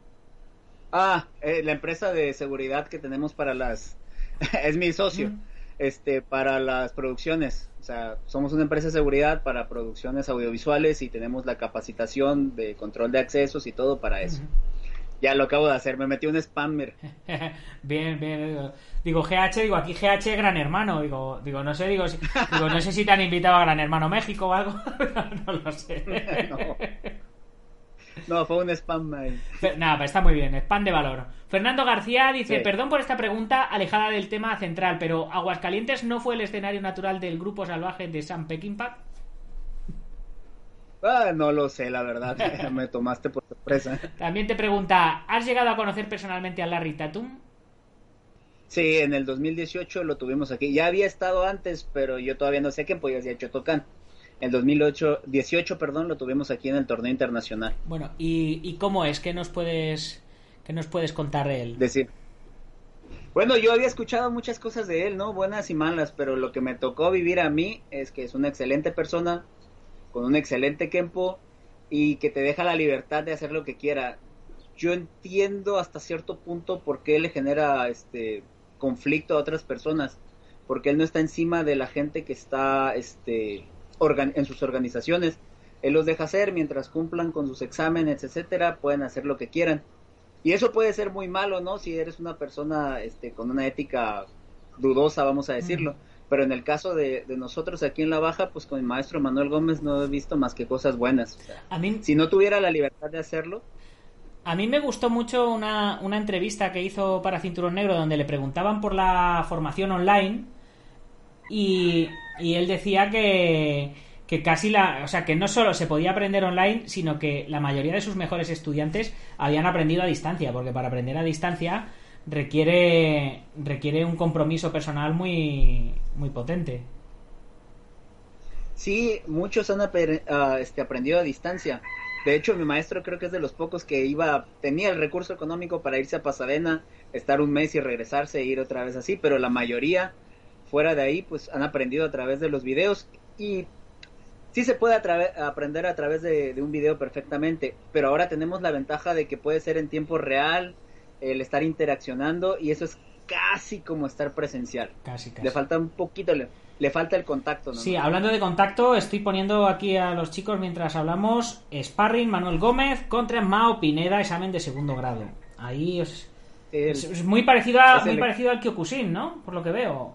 D: Ah, eh, la empresa de seguridad que tenemos para las... es mi socio. Mm. Este, para las producciones. O sea, somos una empresa de seguridad para producciones audiovisuales y tenemos la capacitación de control de accesos y todo para eso. Uh-huh. Ya lo acabo de hacer, me metí un spammer.
B: Bien, bien. Digo G H, digo aquí G H Gran Hermano, digo, digo no sé, digo, digo no sé si te han invitado a Gran Hermano México o algo, no, no lo sé.
D: No. No, fue un spam ahí.
B: Nada, pero está muy bien, spam de valor. Fernando García dice: sí. Perdón por esta pregunta alejada del tema central, pero ¿Aguascalientes no fue el escenario natural del grupo salvaje de San Peckinpah?
D: Ah, no lo sé, la verdad. Me tomaste por sorpresa.
B: También te pregunta: ¿has llegado a conocer personalmente a Larry Tatum?
D: Sí, en el dos mil dieciocho lo tuvimos aquí. Ya había estado antes, pero yo todavía no sé qué, pues ya hecho tocan. En dos mil dieciocho, perdón, lo tuvimos aquí en el torneo internacional.
B: Bueno, ¿y, y cómo es? ¿Qué nos puedes qué nos puedes contar de él?
D: Decir. Bueno, yo había escuchado muchas cosas de él, ¿no? Buenas y malas, pero lo que me tocó vivir a mí es que es una excelente persona, con un excelente Kempo, y que te deja la libertad de hacer lo que quiera. Yo entiendo hasta cierto punto por qué le genera este conflicto a otras personas, porque él no está encima de la gente que está este, organ- en sus organizaciones. Él los deja hacer mientras cumplan con sus exámenes, etcétera, pueden hacer lo que quieran. Y eso puede ser muy malo, ¿no? Si eres una persona este, con una ética dudosa, vamos a decirlo. Mm. Pero en el caso de, de nosotros aquí en La Baja, pues con el maestro Manuel Gómez no he visto más que cosas buenas. O sea, a mí, si no tuviera la libertad de hacerlo...
B: A mí me gustó mucho una, una entrevista que hizo para Cinturón Negro donde le preguntaban por la formación online y, y él decía que, que casi la... O sea, que no solo se podía aprender online, sino que la mayoría de sus mejores estudiantes habían aprendido a distancia, porque para aprender a distancia requiere requiere un compromiso personal muy muy potente.
D: Sí, muchos han uh, este, aprendido a distancia. De hecho, mi maestro creo que es de los pocos que iba tenía el recurso económico para irse a Pasadena, estar un mes y regresarse e ir otra vez así, pero la mayoría fuera de ahí pues han aprendido a través de los videos y sí se puede atra- aprender a través de, de un video perfectamente, pero ahora tenemos la ventaja de que puede ser en tiempo real, el estar interaccionando, y eso es casi como estar presencial.
B: Casi, casi.
D: Le falta un poquito, le, le falta el contacto, ¿no?
B: Sí, hablando de contacto, estoy poniendo aquí a los chicos mientras hablamos: Sparring, Manuel Gómez contra Mao Pineda, examen de segundo grado. Ahí es, el, es, es muy parecido a, muy el... parecido al Kyokushin, ¿no? Por lo que veo.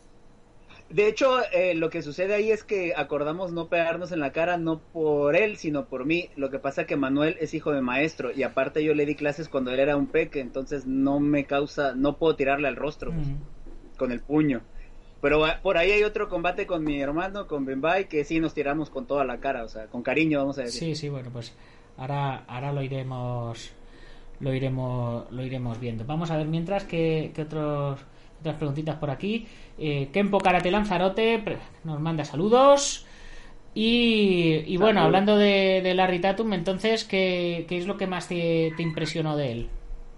D: De hecho, eh, lo que sucede ahí es que acordamos no pegarnos en la cara, no por él, sino por mí. Lo que pasa es que Manuel es hijo de maestro, y aparte yo le di clases cuando él era un peque, entonces no me causa, no puedo tirarle al rostro, pues, mm. con el puño. Pero por ahí hay otro combate con mi hermano, con Benbay, que sí nos tiramos con toda la cara, o sea, con cariño, vamos a decir.
B: Sí, sí, bueno, pues ahora, ahora lo iremos, lo iremos, lo iremos viendo. Vamos a ver mientras que, que otros... Otras preguntitas por aquí. eh, Kempo Karate Lanzarote nos manda saludos. Y, y bueno, hablando de, de Larry Tatum, entonces, ¿qué, qué es lo que más te, te impresionó de él?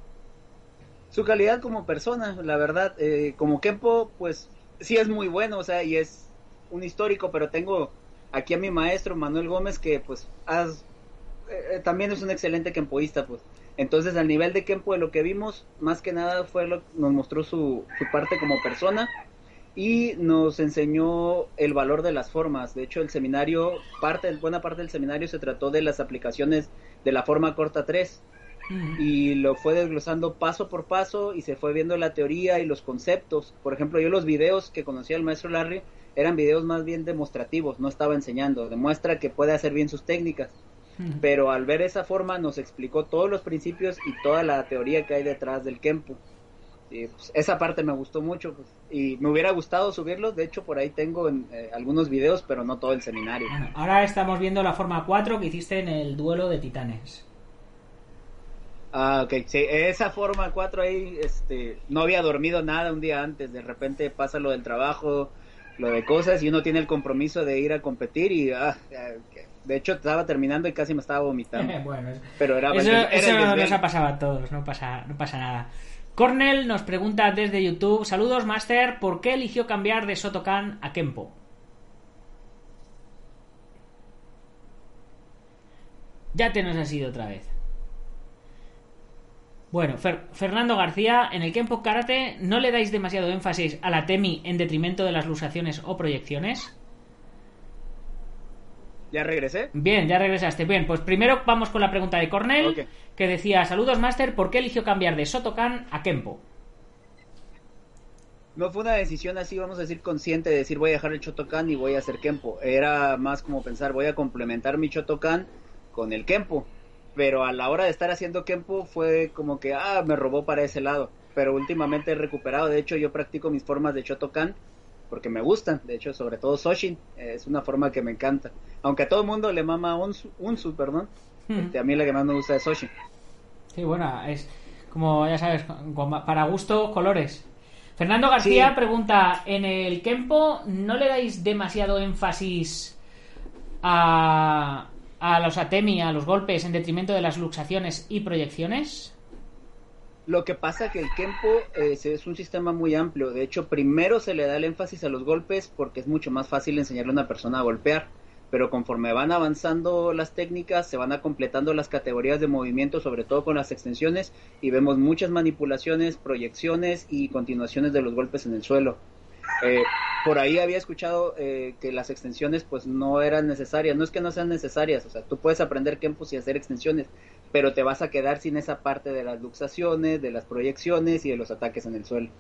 D: Su calidad como persona, la verdad. eh, Como Kempo, pues sí es muy bueno, o sea, y es un histórico, pero tengo aquí a mi maestro Manuel Gómez, que pues has, eh, también es un excelente kempoísta, pues. Entonces, al nivel de Kempo, de lo que vimos, más que nada fue lo nos mostró su, su parte como persona y nos enseñó el valor de las formas. De hecho, el seminario, parte buena parte del seminario se trató de las aplicaciones de la forma corta tres, uh-huh. y lo fue desglosando paso por paso y se fue viendo la teoría y los conceptos. Por ejemplo, yo los videos que conocía el maestro Larry eran videos más bien demostrativos, no estaba enseñando, demuestra que puede hacer bien sus técnicas. Pero al ver esa forma nos explicó todos los principios y toda la teoría que hay detrás del Kempo. Y pues, esa parte me gustó mucho, pues, y me hubiera gustado subirlos. De hecho, por ahí tengo en, eh, algunos videos, pero no todo el seminario.
B: Bueno, ahora estamos viendo la forma cuatro que hiciste en el duelo de titanes.
D: Ah, ok, sí, esa forma cuatro ahí, este, no había dormido nada un día antes. De repente pasa lo del trabajo, lo de cosas, y uno tiene el compromiso de ir a competir y... Ah, de hecho, estaba terminando y casi me estaba vomitando.
B: Bueno,
D: pero era,
B: eso,
D: era
B: eso nos ha pasado a todos, no pasa, no pasa nada. Cornell nos pregunta desde YouTube: saludos, Master, ¿por qué eligió cambiar de Shotokan a Kempo? Ya te nos has ido otra vez. Bueno, Fer- Fernando García: en el Kempo Karate ¿no le dais demasiado énfasis a la Temi en detrimento de las luxaciones o proyecciones?
D: ¿Ya regresé?
B: Bien, ya regresaste. Bien, pues primero vamos con la pregunta de Cornell, okay. que decía: saludos, Master, ¿por qué eligió cambiar de Shotokan a Kempo?
D: No fue una decisión así, vamos a decir, consciente de decir voy a dejar el Shotokan y voy a hacer Kempo. Era más como pensar, voy a complementar mi Shotokan con el Kempo. Pero a la hora de estar haciendo Kempo fue como que, ah, me robó para ese lado. Pero últimamente he recuperado. De hecho, yo practico mis formas de Shotokan porque me gustan. De hecho, sobre todo Soshin, eh, es una forma que me encanta. Aunque a todo el mundo le mama Unsu, Unsu perdón. Hmm. Este, a mí la que más me gusta es Soshin.
B: Sí, bueno, es como ya sabes, para gusto, colores. Fernando García sí. pregunta: en el Kempo ¿no le dais demasiado énfasis a, a los atemi, a los golpes, en detrimento de las luxaciones y proyecciones?
D: Lo que pasa es que el Kempo eh, es un sistema muy amplio. De hecho, primero se le da el énfasis a los golpes porque es mucho más fácil enseñarle a una persona a golpear. Pero conforme van avanzando las técnicas, se van a completando las categorías de movimiento, sobre todo con las extensiones, y vemos muchas manipulaciones, proyecciones y continuaciones de los golpes en el suelo. Eh, por ahí había escuchado eh, que las extensiones pues no eran necesarias. No es que no sean necesarias, o sea, tú puedes aprender Kempus y hacer extensiones, pero te vas a quedar sin esa parte de las luxaciones, de las proyecciones y de los ataques en el suelo.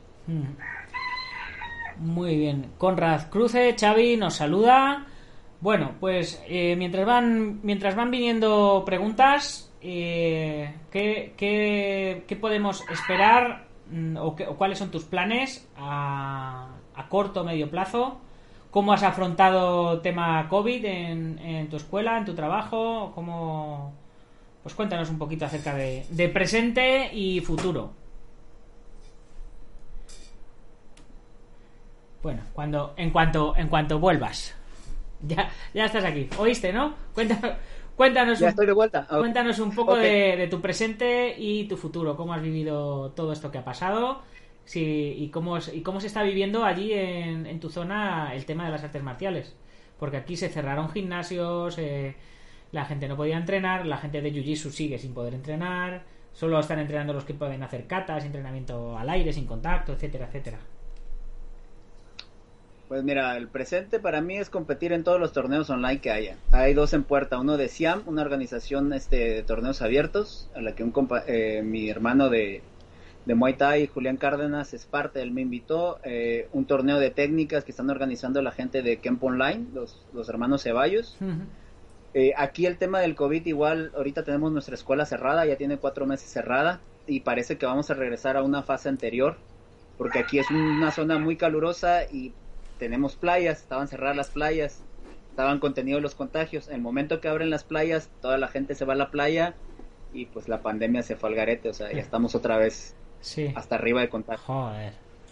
B: Muy bien. Conrad Cruce, Xavi nos saluda. Bueno, pues eh, mientras van mientras van viniendo preguntas, eh, ¿qué, qué, qué podemos esperar o, qué, o cuáles son tus planes a, a corto o medio plazo? ¿Cómo has afrontado tema COVID en, en tu escuela, en tu trabajo? ¿Cómo? Pues cuéntanos un poquito acerca de, de presente y futuro. Bueno, cuando en cuanto en cuanto vuelvas. Ya, ya estás aquí, ¿oíste, no? Cuéntanos, cuéntanos,
D: ya
B: un,
D: estoy de vuelta. Okay.
B: Cuéntanos un poco
D: Okay.
B: de, de tu presente y tu futuro, cómo has vivido todo esto que ha pasado, sí, y cómo y cómo se está viviendo allí en, en tu zona el tema de las artes marciales, porque aquí se cerraron gimnasios, eh, la gente no podía entrenar, la gente de Jiu-Jitsu sigue sin poder entrenar, solo están entrenando los que pueden hacer katas, entrenamiento al aire, sin contacto, etcétera, etcétera.
D: Pues mira, el presente para mí es competir en todos los torneos online que haya. Hay dos en puerta, uno de SIAM, una organización este, de torneos abiertos, a la que un compa- eh, mi hermano de, de Muay Thai, Julián Cárdenas, es parte, él me invitó, eh, un torneo de técnicas que están organizando la gente de Kempo Online, los, los hermanos Ceballos. Uh-huh. Eh, aquí el tema del COVID igual, ahorita tenemos nuestra escuela cerrada, ya tiene cuatro meses cerrada, y parece que vamos a regresar a una fase anterior, porque aquí es una zona muy calurosa y tenemos playas, estaban cerradas las playas, estaban contenidos los contagios. En el momento que abren las playas, toda la gente se va a la playa y pues la pandemia se fue al garete, o sea, ya estamos otra vez sí. hasta arriba de contagio.
B: Joder.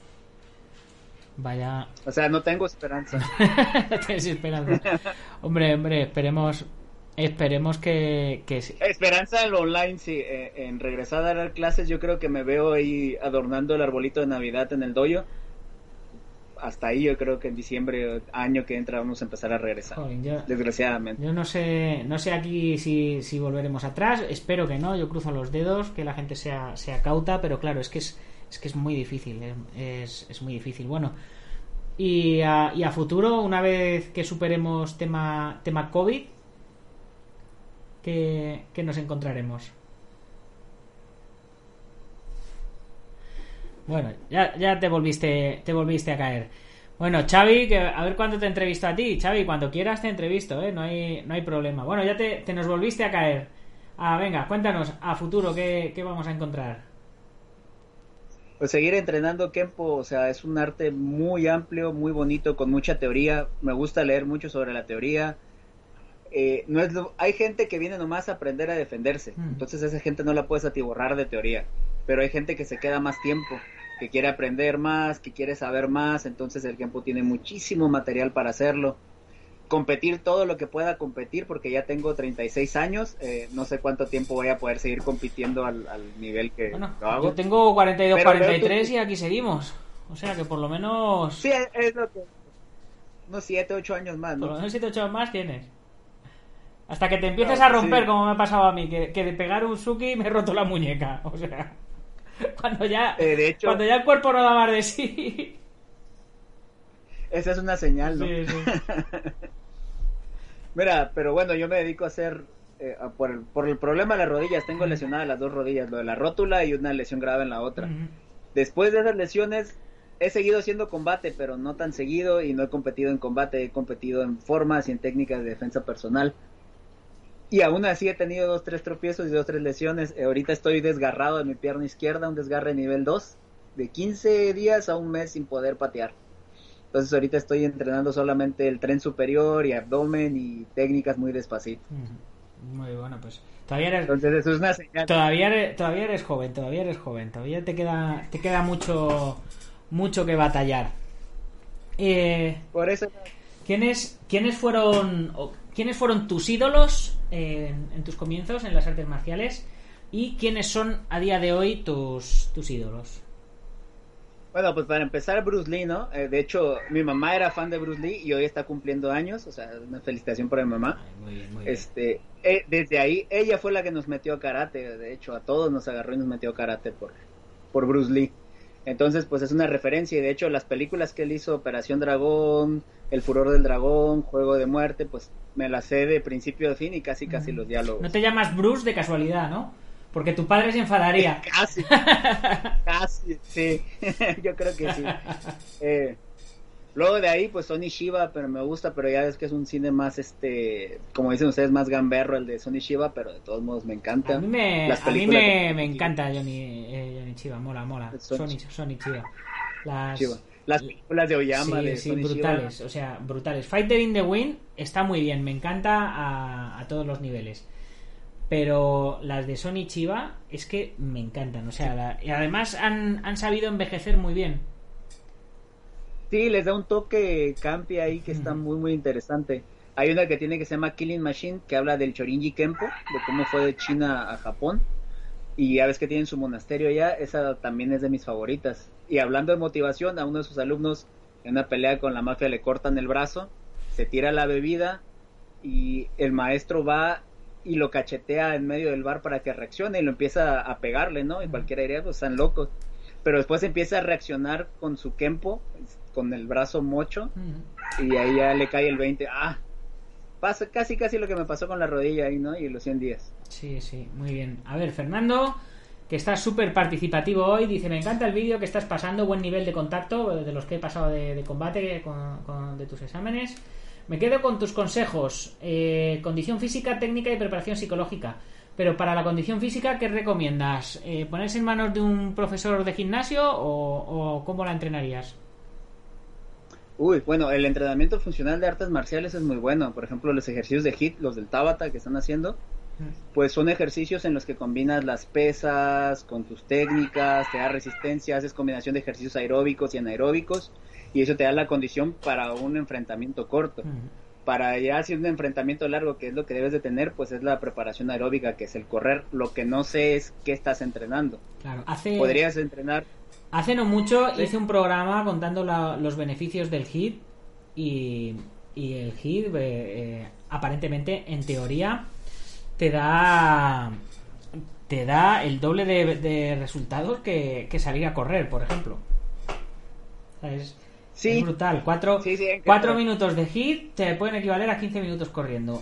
B: Vaya.
D: O sea, no tengo esperanza.
B: No tienes esperanza. Hombre, hombre, esperemos esperemos que, que sí.
D: Esperanza en lo online, sí. Eh, en regresar a dar clases, yo creo que me veo ahí adornando el arbolito de Navidad en el dojo. Hasta ahí yo creo que en diciembre, año que entra, vamos a empezar a regresar. Joder, yo, desgraciadamente.
B: Yo no sé, no sé aquí si, si volveremos atrás. Espero que no. Yo cruzo los dedos, que la gente sea, sea cauta, pero claro, es que es, es que es muy difícil. Es, es muy difícil. Bueno, y a, y a futuro, una vez que superemos tema, tema COVID, ¿qué, qué nos encontraremos? Bueno, ya, ya te volviste te volviste a caer. Bueno, Xavi, que a ver cuándo te entrevisto a ti. Xavi, cuando quieras te entrevisto, ¿eh? No hay, no hay problema. Bueno, ya te, te nos volviste a caer. Ah, venga, cuéntanos, a futuro, ¿qué, qué vamos a encontrar?
D: Pues seguir entrenando Kempo, o sea, es un arte muy amplio, muy bonito, con mucha teoría. Me gusta leer mucho sobre la teoría. Eh, no es lo... Hay gente que viene nomás a aprender a defenderse, mm. entonces esa gente no la puedes atiborrar de teoría. Pero hay gente que se queda más tiempo, que quiere aprender más, que quiere saber más, entonces el Kempo tiene muchísimo material para hacerlo. Competir todo lo que pueda competir, porque ya tengo treinta y seis años, eh, no sé cuánto tiempo voy a poder seguir compitiendo al, al nivel que
B: bueno,
D: lo hago.
B: Yo tengo cuarenta y dos, cuarenta y tres y aquí seguimos, o sea que por lo menos...
D: Sí, es lo que... unos siete, ocho años más, ¿no?
B: Por lo menos siete, ocho años más tienes. Hasta que te empieces no, a romper, sí. Como me ha pasado a mí, que, que de pegar un suki me he roto la muñeca, o sea... Cuando ya,
D: eh, de hecho,
B: cuando ya el cuerpo no da más de sí.
D: Esa es una señal, ¿no?
B: Sí, sí.
D: Mira, pero bueno, yo me dedico a hacer eh, a por, el, por el problema de las rodillas. Tengo lesionadas las dos rodillas, lo de la rótula y una lesión grave en la otra. Uh-huh. Después de esas lesiones he seguido haciendo combate, pero no tan seguido, y no he competido en combate, he competido en formas y en técnicas de defensa personal. Y aún así he tenido dos, tres tropiezos y dos, tres lesiones. Eh, ahorita estoy desgarrado de mi pierna izquierda, un desgarre nivel dos, de quince días a un mes sin poder patear. Entonces ahorita estoy entrenando solamente el tren superior y abdomen y técnicas muy despacito.
B: Muy bueno, pues todavía eres...
D: Entonces eso es una señal.
B: Todavía eres, todavía eres joven, todavía eres joven, todavía te queda, te queda mucho, mucho que batallar. Eh,
D: Por eso...
B: ¿Quiénes, quiénes fueron... ¿Quiénes fueron tus ídolos en, en tus comienzos en las artes marciales? ¿Y quiénes son a día de hoy tus, tus ídolos?
D: Bueno, pues para empezar, Bruce Lee, ¿no? Eh, de hecho, mi mamá era fan de Bruce Lee y hoy está cumpliendo años, o sea, una felicitación para mi mamá.
B: Ay, muy bien, muy bien.
D: Este, eh, desde ahí, ella fue la que nos metió a karate, de hecho, a todos nos agarró y nos metió a karate por, por Bruce Lee. Entonces, pues es una referencia, y de hecho las películas que él hizo, Operación Dragón, El Furor del Dragón, Juego de Muerte, pues me las sé de principio a fin y casi casi los diálogos.
B: No te llamas Bruce de casualidad, ¿no? Porque tu padre se enfadaría.
D: Casi, casi, sí, yo creo que sí. Eh, luego de ahí, pues Sonny Shiva, pero me gusta, pero ya ves que es un cine más, este, como dicen ustedes, más gamberro el de Sonny Shiva, pero de todos modos me encanta.
B: A mí me,
D: Las
B: a mí
D: películas
B: me,
D: de-
B: me encanta Johnny, eh, Johnny Chiva, mola, mola.
D: Son-
B: Sony, Sony Chiva. Las,
D: Shiva. Las películas de Oyama,
B: sí,
D: de
B: sí,
D: Sonny
B: brutales,
D: Shiva.
B: o sea, brutales. Fighter in the Wind está muy bien, me encanta a, a todos los niveles. Pero las de Sony Chiva es que me encantan, o sea, la- y además han, han sabido envejecer muy bien.
D: Sí, les da un toque campi ahí que está muy, muy interesante. Hay una que tiene que se llama Killing Machine, que habla del Chorinji Kempo, de cómo fue de China a Japón. Y ya ves que tienen su monasterio allá, esa también es de mis favoritas. Y hablando de motivación, a uno de sus alumnos en una pelea con la mafia le cortan el brazo, se tira la bebida y el maestro va y lo cachetea en medio del bar para que reaccione y lo empieza a pegarle, ¿no? Y cualquiera diría, pues están locos. Pero después empieza a reaccionar con su Kempo, con el brazo mocho, y ahí ya le cae el veinte. Ah, pasa casi casi lo que me pasó con la rodilla ahí, ¿no? Y los cien días.
B: Sí, sí, muy bien. A ver, Fernando, que está súper participativo hoy, dice, me encanta el vídeo que estás pasando, buen nivel de contacto de los que he pasado de, de combate con, con- de tus exámenes. Me quedo con tus consejos, eh, condición física, técnica y preparación psicológica. Pero para la condición física, ¿qué recomiendas? Eh, ¿Ponerse en manos de un profesor de gimnasio o, o cómo la entrenarías?
D: Uy, bueno, el entrenamiento funcional de artes marciales es muy bueno. Por ejemplo, los ejercicios de H I I T, los del Tabata que están haciendo, pues son ejercicios en los que combinas las pesas con tus técnicas, te da resistencia, haces combinación de ejercicios aeróbicos y anaeróbicos, y eso te da la condición para un enfrentamiento corto. Para ya hacer un enfrentamiento largo, que es lo que debes de tener, pues es la preparación aeróbica, que es el correr. Lo que no sé es qué estás entrenando.
B: Claro, hace...
D: Podrías entrenar...
B: Hace no mucho
D: Sí.
B: hice un programa contando la- los beneficios del H I I T y, y el H I I T eh, eh, aparentemente, en teoría, te da te da el doble de, de resultados que, que salir a correr, por ejemplo. O sea, es,
D: Sí.
B: es brutal. Cuatro,
D: Sí, sí, hay que-
B: cuatro minutos de H I I T te pueden equivaler a quince minutos corriendo.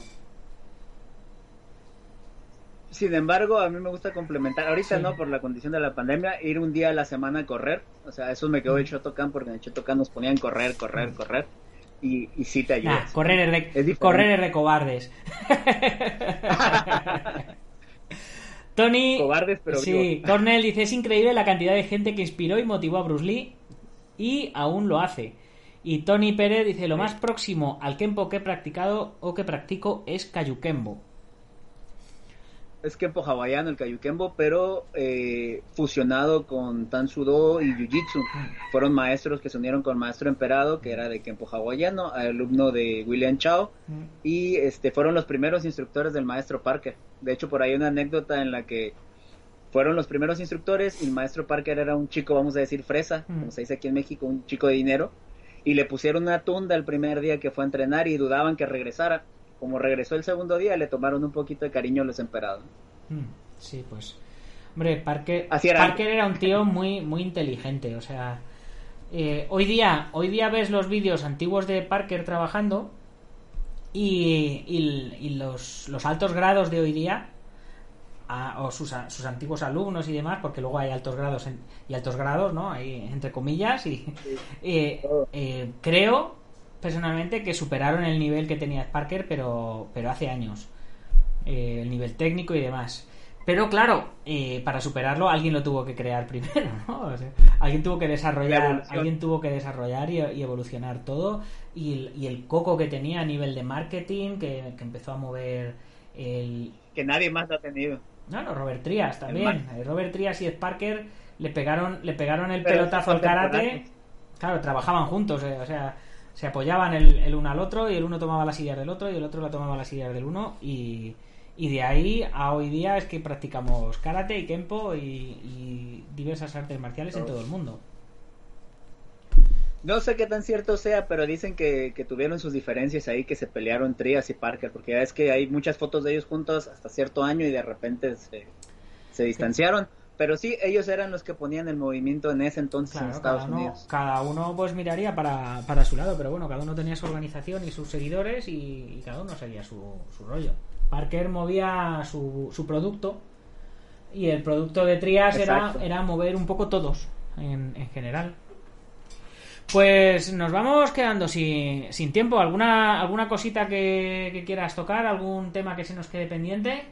D: Sin embargo, a mí me gusta complementar, ahorita
B: Sí.
D: no, por la condición de la pandemia, ir un día a la semana a correr. O sea, eso me quedó el Shotokan, porque en el Shotokan nos ponían correr, correr, correr. Y, y sí te ayuda.
B: Nah, correr es de,
D: Es diferente.
B: correr es de cobardes. Tony,
D: Cobardes, pero
B: sí,
D: vivos.
B: Cornell dice, es increíble la cantidad de gente que inspiró y motivó a Bruce Lee y aún lo hace. Y Tony Pérez dice, lo más próximo al Kempo que he practicado o que practico es Kayukembo.
D: Es Kempo hawaiano, el Kayukembo, pero eh, fusionado con Tansudo y Jiu-Jitsu. Fueron maestros que se unieron con Maestro Emperado, que era de Kempo hawaiano, alumno de William Chao, y este fueron los primeros instructores del Maestro Parker. De hecho, por ahí hay una anécdota en la que fueron los primeros instructores y el Maestro Parker era un chico, vamos a decir, fresa,
B: Mm.
D: como se dice aquí en México, un chico de dinero, y le pusieron una tunda el primer día que fue a entrenar y dudaban que regresara. Como regresó el segundo día, le tomaron un poquito de cariño a los emperados.
B: Mm, Sí, pues. Hombre, Parker,
D: Así era.
B: Parker era un tío muy, muy inteligente. O sea, eh, hoy día, hoy día ves los vídeos antiguos de Parker trabajando y, y- y los, los altos grados de hoy día, a- o sus, a- sus antiguos alumnos y demás, porque luego hay altos grados en- y altos grados, ¿no? Hay entre comillas y eh, eh, creo personalmente que superaron el nivel que tenía Parker, pero pero hace años. Eh, el nivel técnico y demás. Pero claro, eh, para superarlo alguien lo tuvo que crear primero, ¿no? O sea, alguien tuvo que
D: La
B: desarrollar,
D: evolución.
B: alguien tuvo que desarrollar y, y evolucionar todo, y el, y el coco que tenía a nivel de marketing, que, que empezó a mover el...
D: Que nadie más ha tenido.
B: No, no, Robert Trias también. Eh, Robert Trias y Ed Parker le pegaron, le pegaron el
D: Pero
B: pelotazo al
D: son
B: karate.
D: temporanos.
B: Claro, trabajaban juntos, eh, o sea, se apoyaban el, el uno al otro y el uno tomaba las sillas del otro y el otro la tomaba las sillas del uno y, y de ahí a hoy día es que practicamos karate y kempo y, y diversas artes marciales en todo el mundo.
D: No sé qué tan cierto sea, pero dicen que, que tuvieron sus diferencias ahí, que se pelearon Trias y Parker, porque ya es que hay muchas fotos de ellos juntos hasta cierto año y de repente se, se distanciaron. pero sí, ellos eran los que ponían el movimiento en ese entonces
B: Claro,
D: en Estados
B: cada uno,
D: Unidos.
B: cada uno pues miraría para, para su lado, pero bueno, cada uno tenía su organización y sus seguidores y, y cada uno seguía su, su rollo. Parker movía su, su producto y el producto de Trias era, era mover un poco todos en, en general. Pues nos vamos quedando sin, sin tiempo. ¿Alguna, alguna cosita que, que quieras tocar? ¿Algún tema que se nos quede pendiente?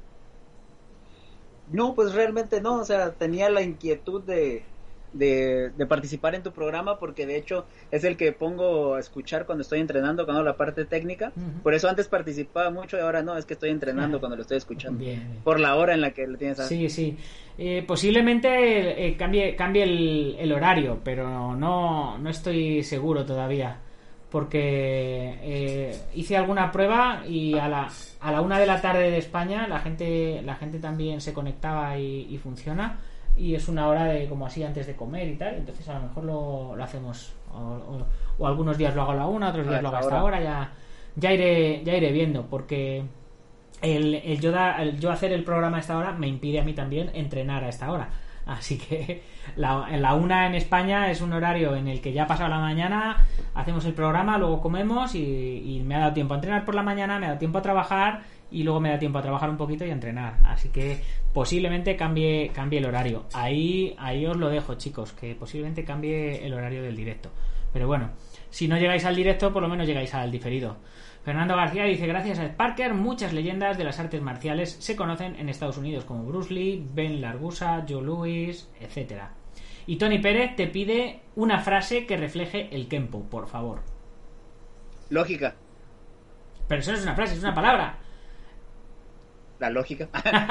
D: No, pues realmente no, o sea, tenía la inquietud de, de, de participar en tu programa porque de hecho es el que pongo a escuchar cuando estoy entrenando, cuando la parte técnica. Uh-huh. Por eso antes participaba mucho y ahora no, es que estoy entrenando cuando lo estoy escuchando.
B: Bien, bien.
D: Por la hora en la que lo tienes a...
B: Sí, sí. Eh, posiblemente eh, cambie, cambie el, el horario, pero no, no estoy seguro todavía. Porque eh, hice alguna prueba y a la, a la una de la tarde de España la gente la gente también se conectaba y, y funciona. Y es una hora de como así antes de comer y tal. Entonces a lo mejor lo, lo hacemos. O, o, o algunos días lo hago a la una, otros días lo hago hasta ahora. Ya, ya, iré, ya iré viendo. Porque el, el, yo da, el yo hacer el programa a esta hora me impide a mí también entrenar a esta hora. Así que la, en la una en España es un horario en el que ya ha pasado la mañana, hacemos el programa, luego comemos y, y me ha dado tiempo a entrenar por la mañana, me ha dado tiempo a trabajar y luego me da tiempo a trabajar un poquito y a entrenar. Así que posiblemente cambie, cambie el horario. Ahí, ahí os lo dejo, chicos, que posiblemente cambie el horario del directo. Pero bueno, si no llegáis al directo, por lo menos llegáis al diferido. Fernando García dice: gracias a Ed Parker, muchas leyendas de las artes marciales se conocen en Estados Unidos, como Bruce Lee, Ben Largusa, Joe Louis, etcétera. Y Tony Pérez te pide una frase que refleje el Kempo, por favor.
D: Lógica.
B: Pero eso no es una frase, es una palabra.
D: La lógica.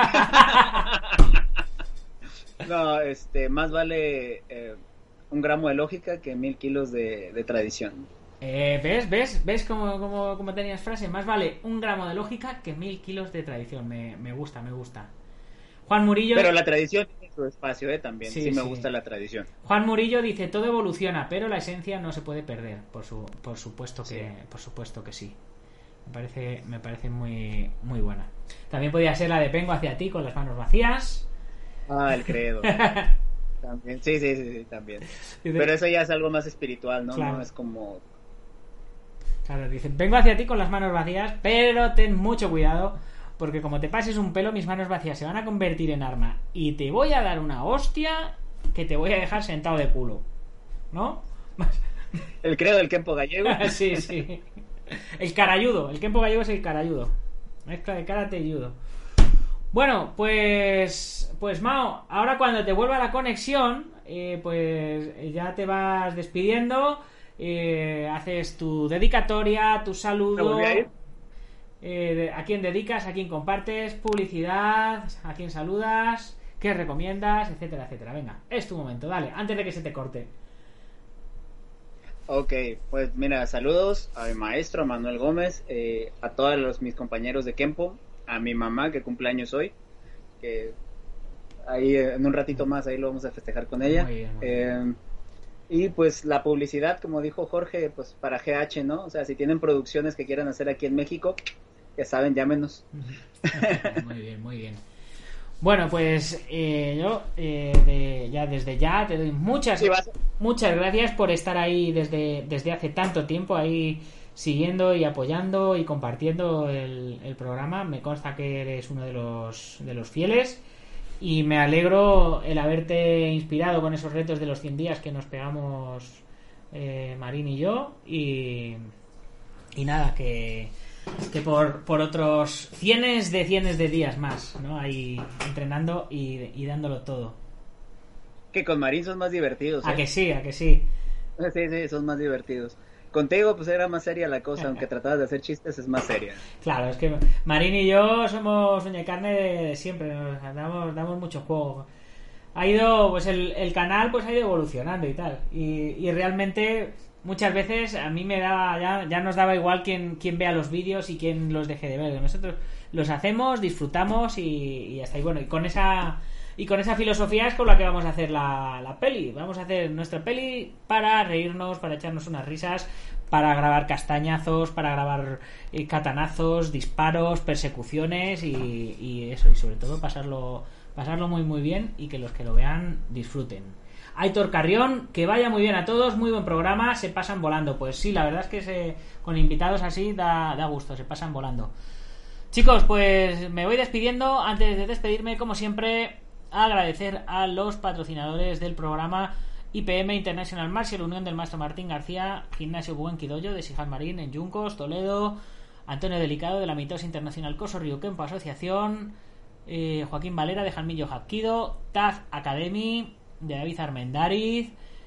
D: No, este, más vale eh, un gramo de lógica que mil kilos de, de tradición.
B: Eh, ¿Ves? ¿Ves? ¿Ves cómo, cómo, cómo tenías frase? Más vale un gramo de lógica que mil kilos de tradición. Me, me gusta, me gusta. Juan Murillo...
D: Pero la tradición tiene su espacio, ¿eh? También. Sí, sí me
B: sí.
D: gusta la tradición.
B: Juan Murillo dice: todo evoluciona, pero la esencia no se puede perder. Por su, por supuesto que, sí. Por supuesto que sí. Me parece, me parece muy, muy buena. También podría ser la de vengo hacia ti con las manos vacías.
D: Ah, el credo. También. Sí, sí, sí, sí, también. Pero eso ya es algo más espiritual, ¿no?
B: Claro.
D: No es como...
B: Claro, dicen: vengo hacia ti con las manos vacías, pero ten mucho cuidado, porque como te pases un pelo, mis manos vacías se van a convertir en arma y te voy a dar una hostia que te voy a dejar sentado de culo, ¿no?
D: El credo del Kempo gallego.
B: Sí, sí. El carayudo, el Kempo gallego es el carayudo. Mezcla de karate y judo. Bueno, pues pues Mao, ahora cuando te vuelva la conexión, eh, pues ya te vas despidiendo. Eh, haces tu dedicatoria, tu saludo, eh, a quién dedicas, a quién compartes, publicidad, a quién saludas, qué recomiendas, etcétera, etcétera. Venga, es tu momento, dale, antes de que se te corte.
D: Ok, pues mira, saludos a mi maestro Manuel Gómez, eh, a todos los, mis compañeros de Kempo, a mi mamá que cumple años hoy, que ahí en un ratito más ahí lo vamos a festejar con ella. Muy bien, muy bien. Eh, Y pues la publicidad, como dijo Jorge, pues para G H, ¿no? O sea, si tienen producciones que quieran hacer aquí en México, ya saben, llámenos.
B: Muy bien, muy bien. Bueno, pues eh, yo eh, de, ya desde ya te doy muchas sí, muchas gracias por estar ahí desde, desde hace tanto tiempo, ahí siguiendo y apoyando y compartiendo el, el programa. Me consta que eres uno de los, de los fieles. Y me alegro el haberte inspirado con esos retos de los cien días que nos pegamos eh, Marín y yo. Y, y nada, que, que por, por otros cienes de cienes de días más, ¿no? Ahí entrenando y, y dándolo todo.
D: Que con Marín son más divertidos. ¿eh?
B: A que sí, a que sí.
D: Sí, sí, son más divertidos. Contigo pues era más seria la cosa, aunque tratabas de hacer chistes, es más seria.
B: Claro, es que Marín y yo somos uña y carne de, de siempre, nos damos, damos mucho juego. Ha ido, pues el, el canal pues ha ido evolucionando y tal, y, y realmente muchas veces a mí me daba, ya, ya nos daba igual quién, quién vea los vídeos y quién los deje de ver. Nosotros los hacemos, disfrutamos y, y hasta ahí. Bueno, y con esa... Y con esa filosofía es con la que vamos a hacer la, la peli. Vamos a hacer nuestra peli para reírnos, para echarnos unas risas, para grabar castañazos, para grabar eh, catanazos, disparos, persecuciones y, y eso. Y sobre todo pasarlo pasarlo muy muy bien y que los que lo vean disfruten. Aitor Carrión, que vaya muy bien a todos, muy buen programa, se pasan volando. Pues sí, la verdad es que se, con invitados así da, da gusto, se pasan volando. Chicos, pues me voy despidiendo. Antes de despedirme, como siempre, agradecer a los patrocinadores del programa: I P M International Martial, Unión del Maestro Martín García, Gimnasio Buen Quidoyo de Sijal Marín en Yuncos, Toledo, Antonio Delicado de la Mitosa Internacional Coso Río Kempo Asociación, eh, Joaquín Valera de Jalmillo Hapkido, Taz Academy de David Armendariz,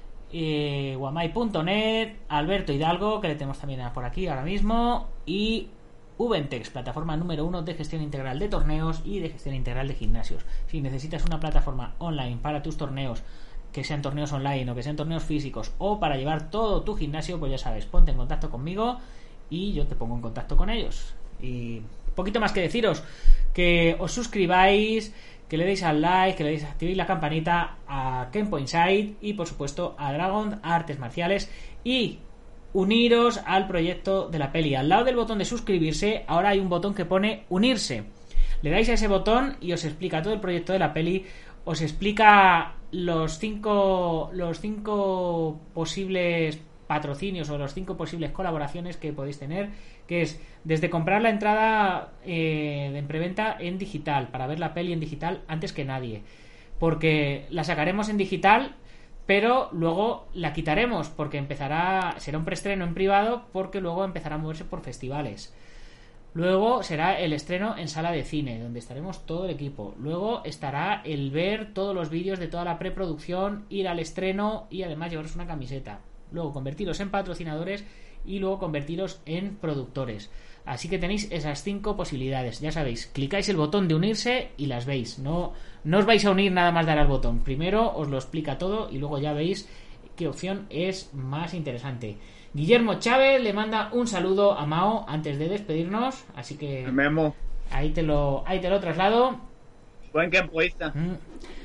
B: eh, guamai punto net, Alberto Hidalgo, que le tenemos también por aquí ahora mismo, y Ubentex, plataforma número uno de gestión integral de torneos y de gestión integral de gimnasios. Si necesitas una plataforma online para tus torneos, que sean torneos online o que sean torneos físicos, o para llevar todo tu gimnasio, pues ya sabes, ponte en contacto conmigo y yo te pongo en contacto con ellos. Y poquito más que deciros, que os suscribáis, que le deis al like, que le deis, activéis la campanita a Kenpo Inside y por supuesto a Dragon Artes Marciales, y uniros al proyecto de la peli. Al lado del botón de suscribirse ahora hay un botón que pone unirse. Le dais a ese botón y os explica todo el proyecto de la peli, os explica los cinco los cinco posibles patrocinios o los cinco posibles colaboraciones que podéis tener, que es desde comprar la entrada eh, en preventa en digital, para ver la peli en digital antes que nadie, porque la sacaremos en digital pero luego la quitaremos porque empezará, será un preestreno en privado, porque luego empezará a moverse por festivales. Luego será el estreno en sala de cine, donde estaremos todo el equipo. Luego estará el ver todos los vídeos de toda la preproducción, ir al estreno y además llevaros una camiseta. Luego convertiros en patrocinadores y luego convertiros en productores. Así que tenéis esas cinco posibilidades. Ya sabéis, clicáis el botón de unirse y las veis. No, no os vais a unir nada más dar al botón. Primero os lo explica todo y luego ya veis qué opción es más interesante. Guillermo Chávez le manda un saludo a Mao antes de despedirnos, así que
D: Memo.
B: ahí te lo, ahí te lo traslado.
D: Buen campoista.
B: Mm.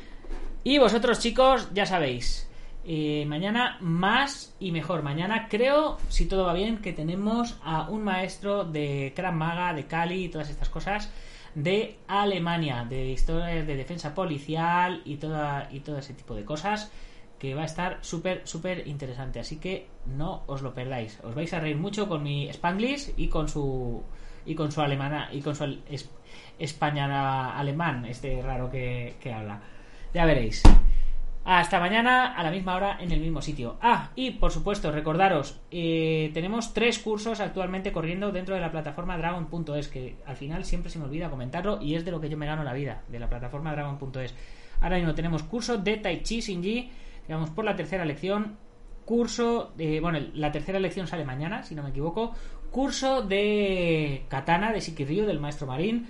B: Y vosotros, chicos, ya sabéis, eh, mañana más y mejor. Mañana creo, si todo va bien, que tenemos a un maestro de Krav Maga, de Cali y todas estas cosas, de Alemania, de historias de defensa policial y toda y todo ese tipo de cosas, que va a estar súper, súper interesante. Así que no os lo perdáis. Os vais a reír mucho con mi Spanglish y con su y con su alemana y con su es, español alemán, este raro que, que habla. Ya veréis. Hasta mañana a la misma hora en el mismo sitio. Ah, y por supuesto, recordaros, eh, tenemos tres cursos actualmente corriendo dentro de la plataforma Dragon punto es, que al final siempre se me olvida comentarlo y es de lo que yo me gano la vida, de la plataforma Dragon punto es. Ahora mismo tenemos curso de Tai Chi Shinji, digamos por la tercera lección, curso de, bueno, la tercera lección sale mañana, si no me equivoco, curso de Katana de Shikiryu del maestro Marín,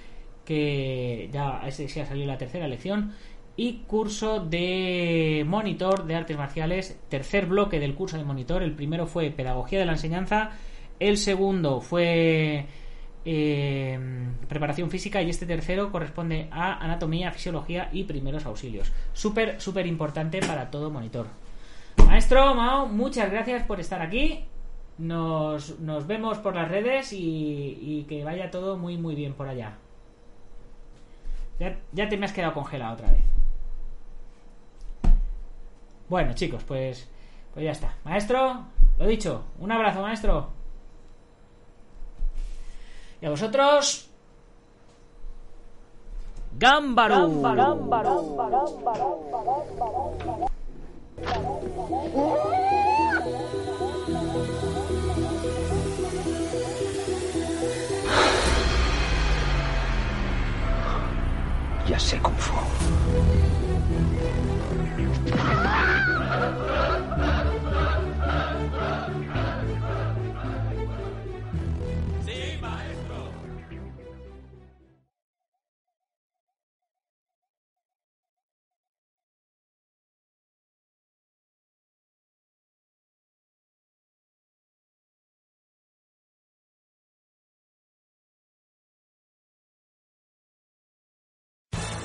B: que ya ese sí ha salido la tercera lección, y curso de monitor de artes marciales, tercer bloque del curso de monitor. El primero fue pedagogía de la enseñanza, el segundo fue eh, preparación física y este tercero corresponde a anatomía, fisiología y primeros auxilios. Súper, súper importante para todo monitor. Maestro Mao, muchas gracias por estar aquí. Nos, nos vemos por las redes y, y que vaya todo muy muy bien por allá. Ya, ya te me has quedado congelado otra vez. Bueno, chicos, pues pues ya está. Maestro, lo dicho, un abrazo, maestro. Y a vosotros, ¡Gámbaro!
E: Ya sé Kung Fu.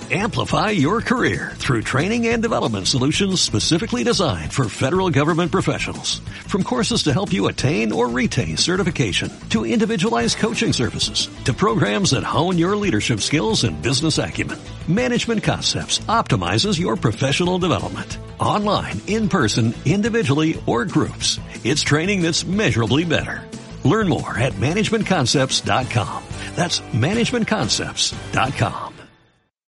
A: Amplify your career through training and development solutions specifically designed for federal government professionals. From courses to help you attain or retain certification, to individualized coaching services, to programs that hone your leadership skills and business acumen, Management Concepts optimizes your professional development. Online, in person, individually, or groups, it's training that's measurably better. Learn more at management concepts dot com. That's management concepts dot com.